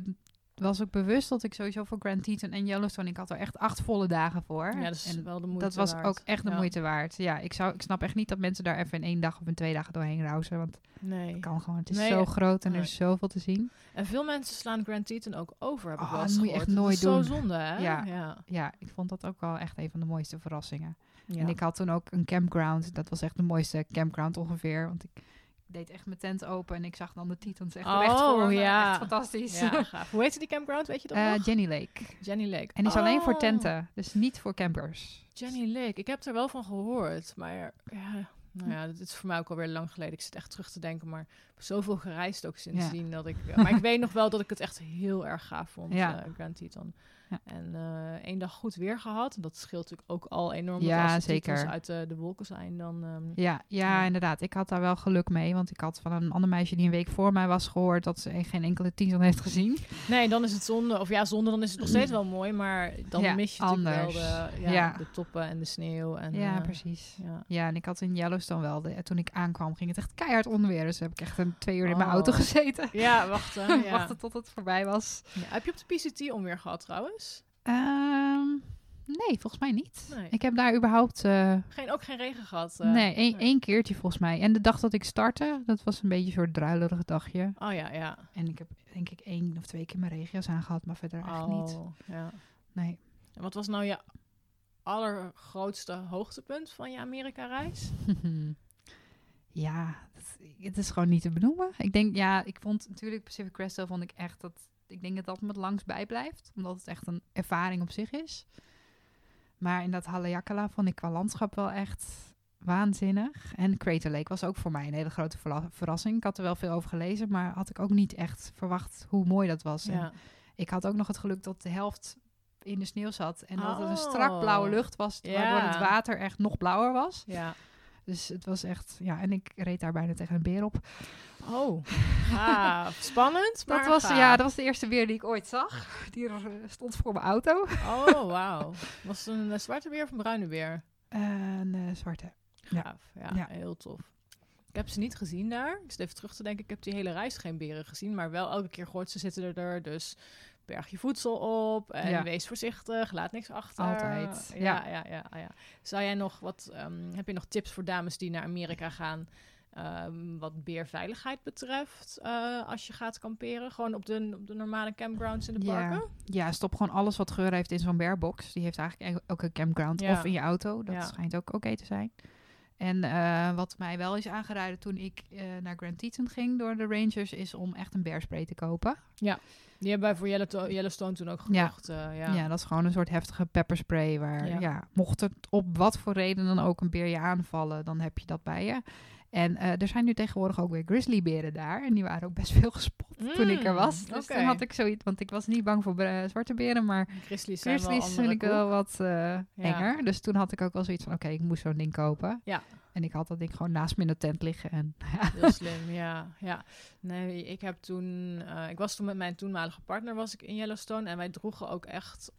was ook bewust dat ik sowieso voor Grand Teton en Yellowstone... Ik had er echt 8 volle dagen voor. Ja, dat is wel de moeite waard. Dat was ook echt de moeite waard. Ja, ik snap echt niet dat mensen daar even in 1 dag of in 2 dagen doorheen rausen. Want het kan gewoon. Het is zo groot en er is zoveel te zien. En veel mensen slaan Grand Teton ook over, heb ik wel eens dat moet je echt nooit doen. Zo zonde, hè? Ja, ik vond dat ook wel echt een van de mooiste verrassingen. Ja. En ik had toen ook een campground. Dat was echt de mooiste campground ongeveer. Want ik deed echt mijn tent open en ik zag dan de Tetons echt recht voor me. Echt fantastisch. Ja, gaaf. Hoe heette die campground, weet je dat nog? Jenny Lake. Jenny Lake. En die is alleen voor tenten, dus niet voor campers. Jenny Lake, ik heb er wel van gehoord, maar dit is voor mij ook alweer lang geleden. Ik zit echt terug te denken, maar ik heb zoveel gereisd ook sindsdien dat ik... maar ik weet nog wel dat ik het echt heel erg gaaf vond, Grand Teton. Ja. En 1 dag goed weer gehad. En dat scheelt natuurlijk ook al enorm. Ja, als zeker. Uit de wolken zijn, dan... Ja, inderdaad. Ik had daar wel geluk mee. Want ik had van een ander meisje die een week voor mij was gehoord... dat ze geen enkele Teton heeft gezien. Nee, dan is het zonde. Of zonde, dan is het nog steeds wel mooi. Maar dan mis je natuurlijk wel de toppen en de sneeuw. En, precies. Ja, en ik had in Yellowstone wel... toen ik aankwam, ging het echt keihard onweer. Dus heb ik echt 2 uur in mijn auto gezeten. Ja, wachten. Wachten tot het voorbij was. Ja, heb je op de PCT onweer gehad trouwens? Nee, volgens mij niet. Nee. Ik heb daar überhaupt... Ook geen regen gehad? Nee, één keertje volgens mij. En de dag dat ik startte, dat was een beetje een soort druilerig dagje. Oh ja. En ik heb denk ik 1 of 2 keer mijn regenjas aangehad, maar verder eigenlijk niet. Ja. Nee. En wat was nou je allergrootste hoogtepunt van je Amerika-reis? Ja, het is gewoon niet te benoemen. Ik denk, ik vond natuurlijk Pacific Crest vond ik echt dat... Ik denk dat dat me het langst bijblijft. Omdat het echt een ervaring op zich is. Maar in dat Haleakala vond ik qua landschap wel echt waanzinnig. En Crater Lake was ook voor mij een hele grote verrassing. Ik had er wel veel over gelezen. Maar had ik ook niet echt verwacht hoe mooi dat was. Ja. En ik had ook nog het geluk dat de helft in de sneeuw zat. En dat het een strak blauwe lucht was. Waardoor het water echt nog blauwer was. Ja. Dus het was echt... Ja, en ik reed daar bijna tegen een beer op. Oh, spannend. Maar dat was de eerste beer die ik ooit zag. Die stond voor mijn auto. Oh, wauw. Was het een zwarte beer of een bruine beer? Een zwarte. Gaaf, ja, heel tof. Ik heb ze niet gezien daar. Ik zit even terug te denken. Ik heb die hele reis geen beren gezien. Maar wel elke keer gehoord, ze zitten er. Dus berg je voedsel op. En wees voorzichtig. Laat niks achter. Altijd. Ja. Zou jij nog heb je nog tips voor dames die naar Amerika gaan? Wat beerveiligheid betreft, als je gaat kamperen, gewoon op de normale campgrounds in de parken? Ja, stop gewoon alles wat geur heeft in zo'n bearbox. Die heeft eigenlijk ook een campground of in je auto. Dat schijnt ook oké te zijn. En wat mij wel is aangeraden toen ik naar Grand Teton ging door de Rangers, is om echt een bearspray te kopen. Ja, die hebben wij voor Yellowstone toen ook gekocht. Ja, dat is gewoon een soort heftige pepperspray waar, mocht het op wat voor reden dan ook een beer je aanvallen, dan heb je dat bij je. En er zijn nu tegenwoordig ook weer grizzlyberen daar. En die waren ook best veel gespot toen ik er was. Dus toen had ik zoiets, want ik was niet bang voor zwarte beren, maar grizzlies vind ik wel wat enger. Dus toen had ik ook wel zoiets van, oké, ik moest zo'n ding kopen. Ja. En ik had dat ding gewoon naast me in de tent liggen. En, heel slim, ja. Nee, ik was toen met mijn toenmalige partner was ik in Yellowstone. En wij droegen ook echt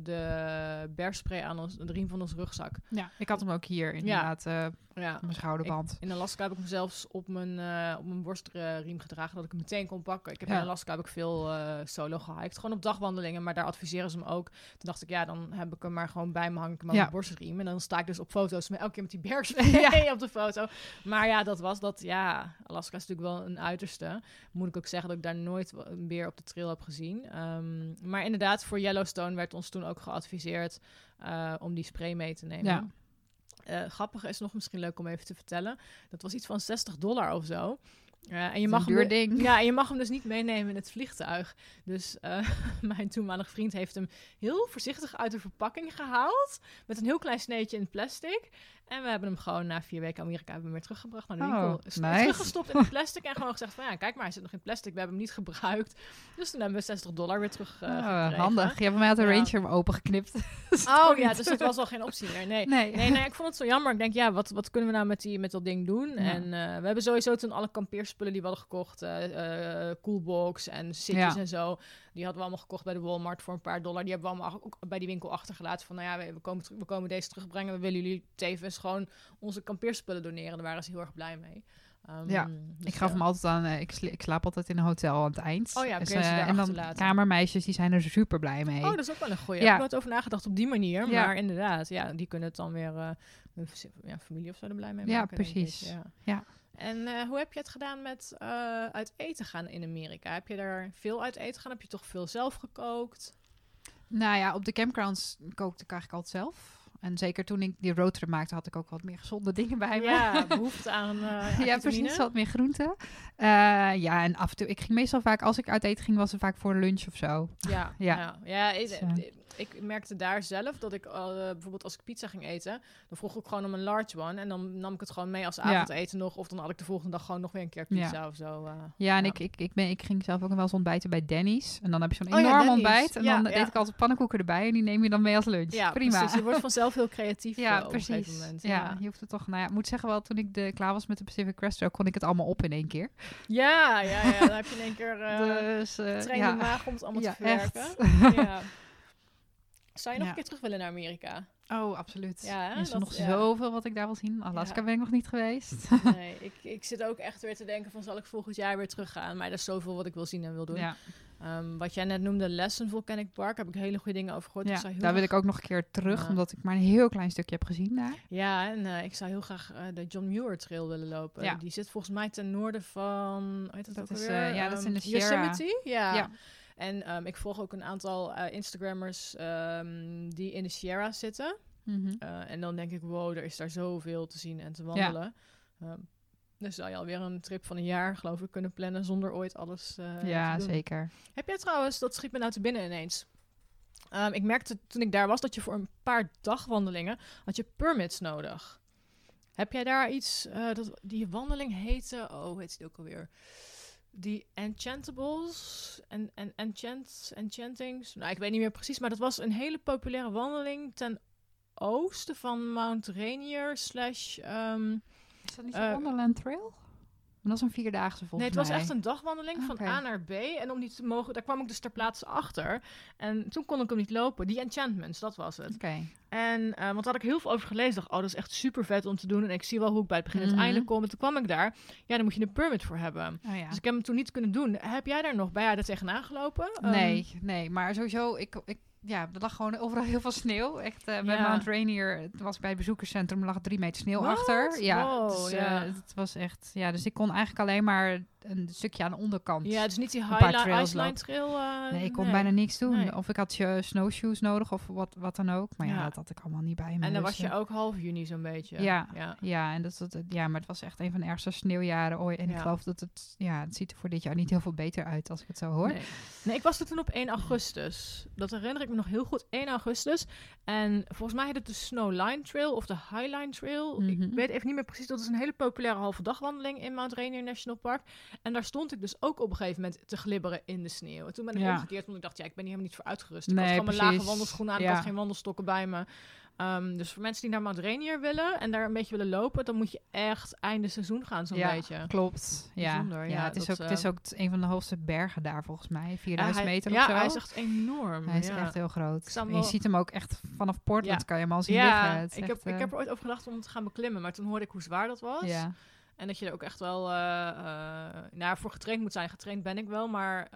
de bearspray aan de riem van ons rugzak. Ja, ik had hem ook hier inderdaad op mijn schouderband. In Alaska heb ik hem zelfs op mijn borstriem gedragen, dat ik hem meteen kon pakken. In Alaska heb ik veel solo gehiked. Gewoon op dagwandelingen, maar daar adviseren ze me ook. Toen dacht ik, dan heb ik hem maar gewoon bij me, hang ik hem aan mijn borstriem. En dan sta ik dus op foto's elke keer met die bearspray op de foto. Maar dat was dat. Ja, Alaska is natuurlijk wel een uiterste. Moet ik ook zeggen dat ik daar nooit een beer op de trail heb gezien. Maar inderdaad, voor Yellowstone werd ons toen ook geadviseerd om die spray mee te nemen. Ja. Grappig is nog misschien leuk om even te vertellen. Dat was iets van $60 of zo. En je mag hem dus niet meenemen in het vliegtuig. Dus mijn toenmalige vriend heeft hem heel voorzichtig uit de verpakking gehaald. Met een heel klein sneetje in plastic. En we hebben hem gewoon na 4 weken Amerika hebben we hem weer teruggebracht naar de winkel. Teruggestopt in het plastic en gewoon gezegd van kijk maar, hij zit nog in plastic. We hebben hem niet gebruikt. Dus toen hebben we $60 weer terug gekregen. Handig. Ja, bij mij had de Ranger hem opengeknipt. Dus het was al geen optie meer. Nee, ik vond het zo jammer. Ik denk, wat kunnen we nou met dat ding doen? Ja. En we hebben sowieso toen alle kampeerspullen die we hadden gekocht. Coolbox en sitjes en zo. Die hadden we allemaal gekocht bij de Walmart voor een paar dollar. Die hebben we allemaal ook bij die winkel achtergelaten. Van we komen deze terugbrengen. We willen jullie tevens gewoon onze kampeerspullen doneren. Daar waren ze heel erg blij mee. Ik gaf hem altijd aan. Ik slaap altijd in een hotel aan het eind. Oh ja, en dan kamermeisjes, die zijn er super blij mee. Oh, dat is ook wel een goeie. Ik heb nooit over nagedacht op die manier. Maar inderdaad, die kunnen het dan weer familie of zo er blij mee maken. Ja, precies. Ja. En hoe heb je het gedaan met uit eten gaan in Amerika? Heb je daar veel uit eten gaan? Heb je toch veel zelf gekookt? Nou ja, op de campgrounds kookte ik eigenlijk altijd zelf. En zeker toen ik die roadtrip maakte, had ik ook wat meer gezonde dingen bij me. Ja, behoefte aan ja, precies, wat meer groenten. En af en toe, ik ging meestal vaak, als ik uit eten ging, was het vaak voor lunch of zo. Ik merkte daar zelf dat ik bijvoorbeeld als ik pizza ging eten, dan vroeg ik gewoon om een large one. En dan nam ik het gewoon mee als avondeten nog. Of dan had ik de volgende dag gewoon nog weer een keer pizza of zo. Ik ging zelf ook wel eens ontbijten bij Denny's. En dan heb je zo'n enorm ontbijt. En dan deed ik altijd pannenkoeken erbij. En die neem je dan mee als lunch. Ja, prima. Precies. Je wordt vanzelf heel creatief precies. op een gegeven moment. Ja, je hoeft het toch... Nou ja, ik moet zeggen wel, toen ik klaar was met de Pacific Crest Trail, kon ik het allemaal op in één keer. Ja. Dan heb je in één keer train de maag om het allemaal te verwerken. Ja. Zou je nog een keer terug willen naar Amerika? Oh, absoluut. Ja, er is nog zoveel wat ik daar wil zien. Alaska ben ik nog niet geweest. Nee, ik zit ook echt weer te denken van, zal ik volgend jaar weer teruggaan? Maar er is zoveel wat ik wil zien en wil doen. Ja. Wat jij net noemde, Lassen Volcanic Park, heb ik hele goede dingen over gehoord. Ja, daar wil ik ook nog een keer terug, omdat ik maar een heel klein stukje heb gezien daar. Ja, en ik zou heel graag de John Muir Trail willen lopen. Ja. Die zit volgens mij ten noorden van... dat is in de Sierra. Yosemite? Ja. En ik volg ook een aantal Instagrammers die in de Sierra zitten. Mm-hmm. En dan denk ik, wow, er is daar zoveel te zien en te wandelen. Dus zou je alweer een trip van een jaar, geloof ik, kunnen plannen zonder ooit alles te doen. Zeker. Heb jij trouwens, dat schiet me nou te binnen ineens. Ik merkte toen ik daar was dat je voor een paar dagwandelingen had je permits nodig. Heb jij daar iets, die wandeling heette, hoe heet die ook alweer? Die Enchantables en Enchantings. Nou, ik weet niet meer precies, maar dat was een hele populaire wandeling ten oosten van Mount Rainier / is dat niet de Wonderland Trail? dat is een 4-daagse volgens mij. Nee, het was echt een dagwandeling van Oké. A naar B. En om die te mogen, daar kwam ik dus ter plaatse achter. En toen kon ik hem niet lopen. Die Enchantments, dat was het. Oké. En, want daar had ik heel veel over gelezen. Dacht, dat is echt super vet om te doen. En ik zie wel hoe ik bij het begin en het einde kom. En toen kwam ik daar. Ja, dan moet je een permit voor hebben. Oh, ja. Dus ik heb hem toen niet kunnen doen. Heb jij daar nog bij jou er tegenaan gelopen? Nee, maar sowieso, er lag gewoon overal heel veel sneeuw. Echt, bij Ja. Mount Rainier, het was bij het bezoekerscentrum, er lag 3 meter sneeuw Wat? achter. Ja, Wow, dus, ja. het was echt, dus ik kon eigenlijk alleen maar een stukje aan de onderkant. Ja, dus niet die een paar trails Iceline lopen. Trail. Nee, ik kon bijna niks doen. Nee. Of ik had snowshoes nodig of wat dan ook. Maar Ja. dat had ik allemaal niet bij me. En dan dus, was je ook half juni zo'n beetje. Ja. Ja. Ja, en maar het was echt een van de ergste sneeuwjaren ooit. En ik geloof dat het ziet er voor dit jaar niet heel veel beter uit als ik het zo hoor. Nee, ik was er toen op 1 augustus. Dat herinner ik me nog heel goed. 1 augustus. En volgens mij heet het de Snowline Trail of de Highline Trail. Mhm. Ik weet even niet meer precies. Dat is een hele populaire halve dagwandeling in Mount Rainier National Park. En daar stond ik dus ook op een gegeven moment te glibberen in de sneeuw. En toen ben ik omgekeerd, want ik dacht, ik ben hier helemaal niet voor uitgerust. Ik had gewoon mijn lage wandelschoenen aan, ik had geen wandelstokken bij me. Dus voor mensen die naar Mount Rainier willen en daar een beetje willen lopen, dan moet je echt einde seizoen gaan, zo'n beetje. Klopt. Bijzonder, ja, het is ook een van de hoogste bergen daar volgens mij. 4000 meter of zo. Ja, hij is echt enorm. Hij is echt heel groot. En je ziet hem ook echt vanaf Portland, kan je hem al zien liggen. Ik heb er ooit over gedacht om te gaan beklimmen, maar toen hoorde ik hoe zwaar dat was. Ja. En dat je er ook echt wel voor getraind moet zijn. Getraind ben ik wel, maar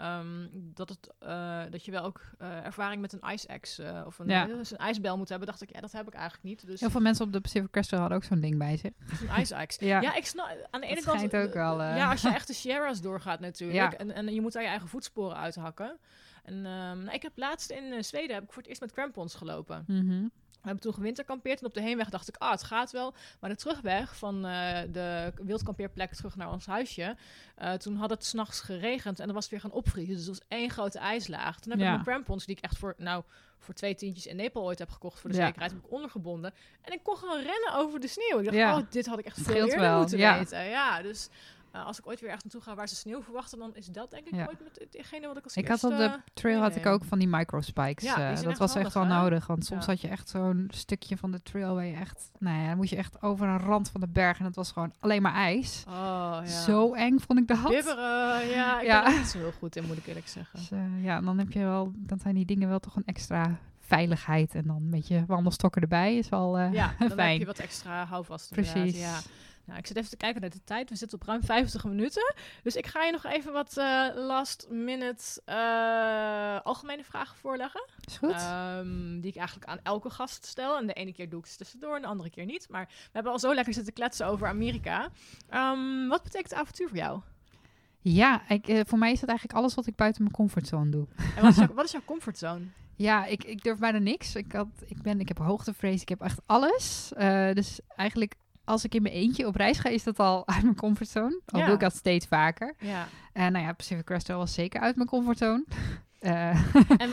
dat je wel ook ervaring met een ice axe of een ijsbel moet hebben. Dacht ik, dat heb ik eigenlijk niet. Dus heel veel mensen op de Pacific Crest Trail hadden ook zo'n ding bij zich. Een ice axe. Ja, ik snap. Aan de ene dat kant ook wel. Ja, als je echt de Sierras doorgaat natuurlijk. En je moet daar je eigen voetsporen uithakken. En ik heb laatst in Zweden heb ik voor het eerst met crampons gelopen. Mm-hmm. We hebben toen gewinterkampeerd en op de heenweg dacht ik, het gaat wel. Maar de terugweg van de wildkampeerplek terug naar ons huisje, toen had het 's nachts geregend en dan was het weer gaan opvriezen. Dus het was één grote ijslaag. Toen heb ik mijn crampons, die ik echt voor 2 tientjes in Nepal ooit heb gekocht voor de zekerheid, heb ik ondergebonden. En ik kon gewoon rennen over de sneeuw. Ik dacht, dit had ik echt veel eerder moeten weten. Ja, dus als ik ooit weer echt naartoe ga waar ze sneeuw verwachten, dan is dat denk ik ooit met degene wat ik als eerste... Ik had op de trail had ik ook van die microspikes. Dat was echt wel nodig, want soms had je echt zo'n stukje van de trail waar je echt... dan moet je echt over een rand van de berg en het was gewoon alleen maar ijs. Zo eng vond ik dat. Bibberen, ik ben er niet zo heel goed in, moet ik eerlijk zeggen. Dus, dan heb je wel, dan zijn die dingen wel toch een extra veiligheid en dan een beetje wandelstokken erbij is wel dan fijn. heb je wat extra houvast. Precies. Ja. Nou, ik zit even te kijken naar de tijd. We zitten op ruim 50 minuten. Dus ik ga je nog even wat last minute algemene vragen voorleggen. Is goed. Die ik eigenlijk aan elke gast stel. En de ene keer doe ik ze tussendoor en de andere keer niet. Maar we hebben al zo lekker zitten kletsen over Amerika. Wat betekent avontuur voor jou? Ja, voor mij is dat eigenlijk alles wat ik buiten mijn comfortzone doe. En wat is jouw comfortzone? Ja, ik durf bijna niks. Ik heb hoogtevrees, ik heb echt alles. Dus eigenlijk als ik in mijn eentje op reis ga, is dat al uit mijn comfortzone. Al doe ik dat steeds vaker. Ja. Pacific Crest Trail was zeker uit mijn comfortzone. En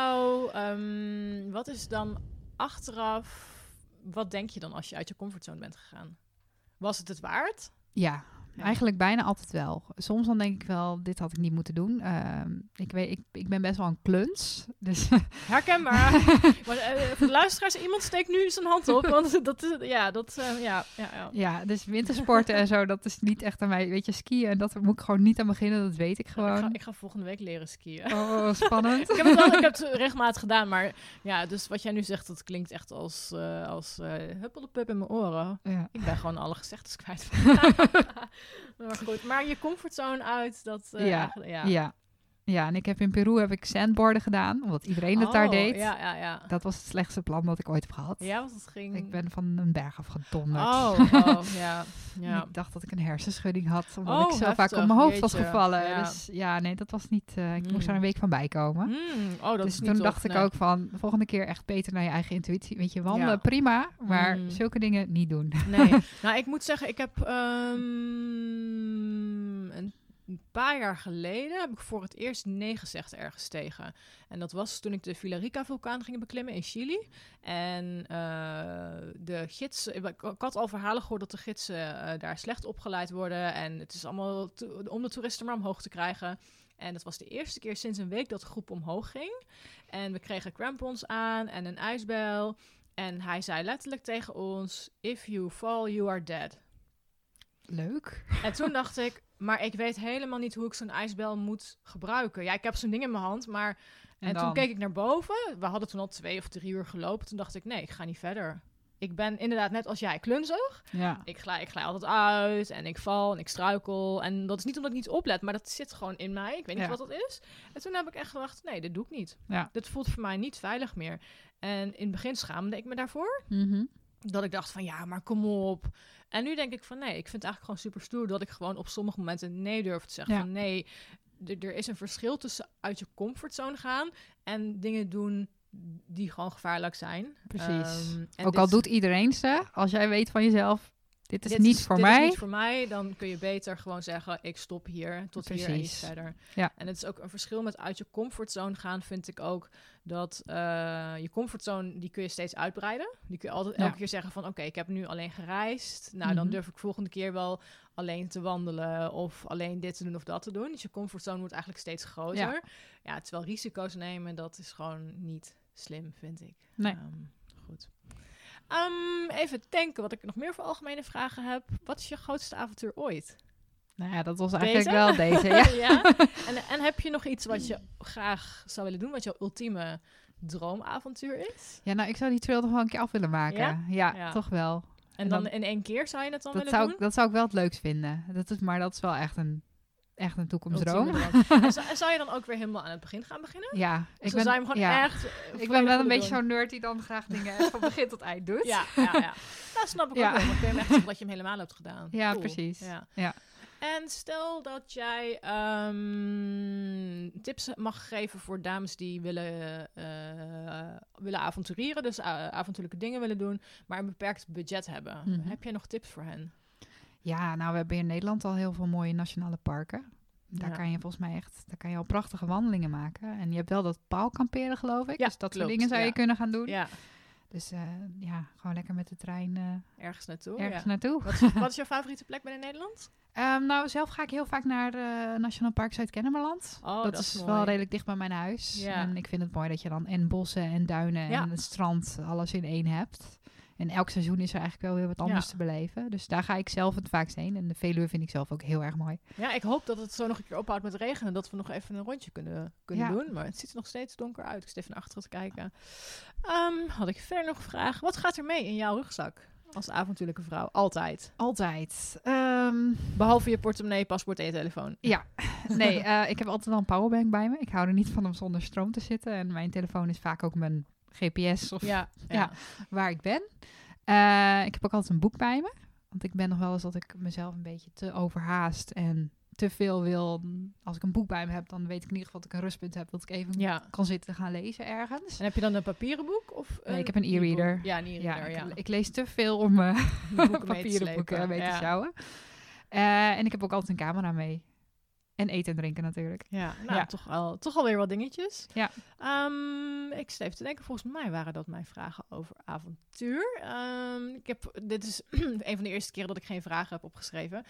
wat is dan achteraf, wat denk je dan als je uit je comfortzone bent gegaan? Was het waard? Ja. Eigenlijk bijna altijd wel. Soms dan denk ik wel, dit had ik niet moeten doen. Ik ben best wel een kluns. Dus herkenbaar. Maar, voor de luisteraars, iemand steekt nu zijn hand op. Want Ja, dus wintersporten en zo, dat is niet echt aan mij. Weet je, skiën en dat moet ik gewoon niet aan beginnen. Dat weet ik gewoon. Ik ga volgende week leren skiën. Oh, spannend. ik heb het regelmatig gedaan. Maar ja, dus wat jij nu zegt, dat klinkt echt als huppeldepup in mijn oren. Ja. Ik ben gewoon alle gezegdes kwijt. Maar goed, maar je comfortzone uit, dat... Ja, en ik heb in Peru sandboarden gedaan, omdat iedereen het daar deed. Ja. Dat was het slechtste plan dat ik ooit heb gehad. Ja, want het ging... Ik ben van een berg afgedonderd. Ja. Ik dacht dat ik een hersenschudding had, omdat ik zo vaak op mijn hoofd was gevallen. Ja. Dus nee, dat was niet... ik moest er een week van bijkomen. Dat dus is toen niet dacht ik ook van, de volgende keer echt beter naar je eigen intuïtie. Weet je, wandelen prima, maar zulke dingen niet doen. Nee, nou ik moet zeggen, ik heb een paar jaar geleden heb ik voor het eerst nee gezegd ergens tegen. En dat was toen ik de Villarrica-vulkaan ging beklimmen in Chili. En de gidsen... Ik had al verhalen gehoord dat de gidsen daar slecht opgeleid worden. En het is allemaal om de toeristen maar omhoog te krijgen. En het was de eerste keer sinds een week dat de groep omhoog ging. En we kregen crampons aan en een ijsbel. En hij zei letterlijk tegen ons... If you fall, you are dead. Leuk. En toen dacht ik... Maar ik weet helemaal niet hoe ik zo'n ijsbel moet gebruiken. Ja, ik heb zo'n ding in mijn hand, maar... En toen keek ik naar boven. We hadden toen al 2 of 3 uur gelopen. Toen dacht ik, nee, ik ga niet verder. Ik ben inderdaad net als jij klunzig. Ja. Ik glij altijd uit en ik val en ik struikel. En dat is niet omdat ik niet oplet, maar dat zit gewoon in mij. Ik weet niet wat dat is. En toen heb ik echt gedacht, nee, dit doe ik niet. Ja. Dit voelt voor mij niet veilig meer. En in het begin schaamde ik me daarvoor. Dat ik dacht van, ja, maar kom op. En nu denk ik van, nee, ik vind het eigenlijk gewoon super stoer... dat ik gewoon op sommige momenten nee durf te zeggen van, nee... Er is een verschil tussen uit je comfortzone gaan en dingen doen die gewoon gevaarlijk zijn. Precies. Ook al doet iedereen ze, als jij weet van jezelf, dit is niet voor mij. Dit is niet voor mij, dan kun je beter gewoon zeggen, ik stop hier, tot hier en niet verder. Ja. En het is ook een verschil met uit je comfortzone gaan, vind ik ook dat je comfortzone, die kun je steeds uitbreiden. Die kun je altijd elke keer zeggen van, oké, ik heb nu alleen gereisd. Nou, dan durf ik volgende keer wel alleen te wandelen of alleen dit te doen of dat te doen. Dus je comfortzone wordt eigenlijk steeds groter. Ja, terwijl risico's nemen, dat is gewoon niet slim, vind ik. Nee. Goed. Even denken wat ik nog meer voor algemene vragen heb. Wat is je grootste avontuur ooit? Nou ja, dat was eigenlijk wel deze. Ja. En heb je nog iets wat je graag zou willen doen? Wat jouw ultieme droomavontuur is? Ja, nou, ik zou die trail nog wel een keer af willen maken. Ja, toch wel. En dan in 1 keer zou je het dan willen doen? Dat zou ik wel het leukst vinden. Maar dat is wel echt een toekomstdroom. En zou je dan ook weer helemaal aan het begin gaan beginnen? Ja. Ik ben wel een beetje zo'n nerd die dan graag dingen van begin tot eind doet. Ja. Dat snap ik ook wel. Maar kun je me echt zeggen dat je hem helemaal hebt gedaan. Ja, cool. Precies. Ja. En stel dat jij tips mag geven voor dames die willen avonturieren. Dus avontuurlijke dingen willen doen, maar een beperkt budget hebben. Heb jij nog tips voor hen? Ja, nou, we hebben in Nederland al heel veel mooie nationale parken. Daar kan je volgens mij al prachtige wandelingen maken. En je hebt wel dat paalkamperen, geloof ik. Ja, dus dat soort dingen zou je kunnen gaan doen. Ja. Dus gewoon lekker met de trein ergens naartoe. Wat is jouw favoriete plek binnen Nederland? Nou, zelf ga ik heel vaak naar Nationaal Park Zuid-Kennemerland. Dat is wel redelijk dicht bij mijn huis. Ja. En ik vind het mooi dat je dan en bossen en duinen en het strand alles in 1 hebt. En elk seizoen is er eigenlijk wel weer wat anders te beleven. Dus daar ga ik zelf het vaakst heen. En de Veluwe vind ik zelf ook heel erg mooi. Ja, ik hoop dat het zo nog een keer ophoudt met regenen. Dat we nog even een rondje kunnen doen. Maar het ziet er nog steeds donker uit. Ik zit even naar achteren te kijken. Had ik verder nog vragen? Wat gaat er mee in jouw rugzak als avontuurlijke vrouw? Altijd? Altijd. Behalve je portemonnee, paspoort en je telefoon. Ja. Nee, ik heb altijd wel een powerbank bij me. Ik hou er niet van om zonder stroom te zitten. En mijn telefoon is vaak ook mijn GPS of waar ik ben. Ik heb ook altijd een boek bij me. Want ik ben nog wel eens dat ik mezelf een beetje te overhaast en te veel wil. Als ik een boek bij me heb, dan weet ik in ieder geval dat ik een rustpunt heb. Dat ik even kan zitten gaan lezen ergens. En heb je dan een papieren boek? Of nee, ik heb een e-reader. Ja, een e-reader, Ik lees te veel om papieren boeken mee te sjouwen. En ik heb ook altijd een camera mee. En eten en drinken natuurlijk. Ja, toch alweer wat dingetjes. Ja. Ik zit even te denken, volgens mij waren dat mijn vragen over avontuur. Dit is een van de eerste keren dat ik geen vragen heb opgeschreven.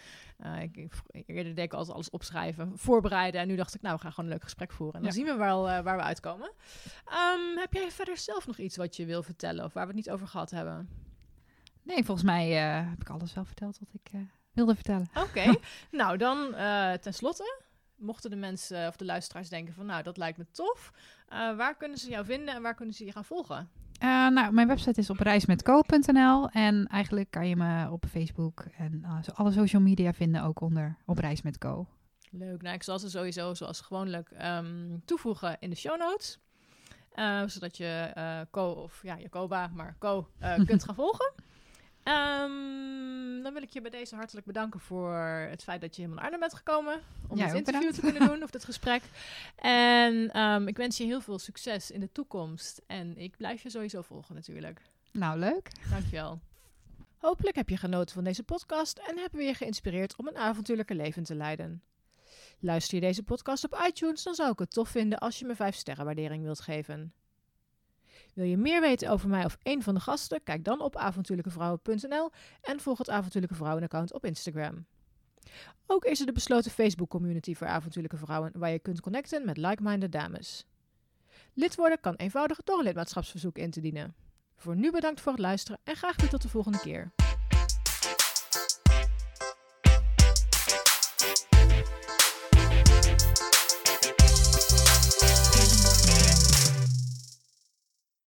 Eerder deed ik altijd alles opschrijven, voorbereiden. En nu dacht ik, nou, we gaan gewoon een leuk gesprek voeren. En dan zien we wel waar we uitkomen. Heb jij verder zelf nog iets wat je wil vertellen of waar we het niet over gehad hebben? Nee, volgens mij heb ik alles wel verteld wat ik wilde vertellen. Oké. Nou, dan tenslotte, mochten de mensen of de luisteraars denken van, nou, dat lijkt me tof. Waar kunnen ze jou vinden en waar kunnen ze je gaan volgen? Nou, mijn website is op reismetco.nl en eigenlijk kan je me op Facebook en alle social media vinden ook op Reis met Co. Leuk. Nou, ik zal ze sowieso zoals gewoonlijk toevoegen in de show notes. Zodat je Co of Jacoba, maar Co kunt gaan volgen. Dan wil ik je bij deze hartelijk bedanken voor het feit dat je helemaal naar Arnhem bent gekomen. Om dit interview te kunnen doen, of dit gesprek. En ik wens je heel veel succes in de toekomst. En ik blijf je sowieso volgen natuurlijk. Nou, leuk. Dankjewel. Hopelijk heb je genoten van deze podcast en hebben we je geïnspireerd om een avontuurlijke leven te leiden. Luister je deze podcast op iTunes, dan zou ik het tof vinden als je me 5 sterren waardering wilt geven. Wil je meer weten over mij of een van de gasten? Kijk dan op avontuurlijkevrouwen.nl en volg het Avontuurlijke Vrouwen-account op Instagram. Ook is er de besloten Facebook-community voor avontuurlijke vrouwen waar je kunt connecten met like-minded dames. Lid worden kan eenvoudig door een lidmaatschapsverzoek in te dienen. Voor nu bedankt voor het luisteren en graag weer tot de volgende keer.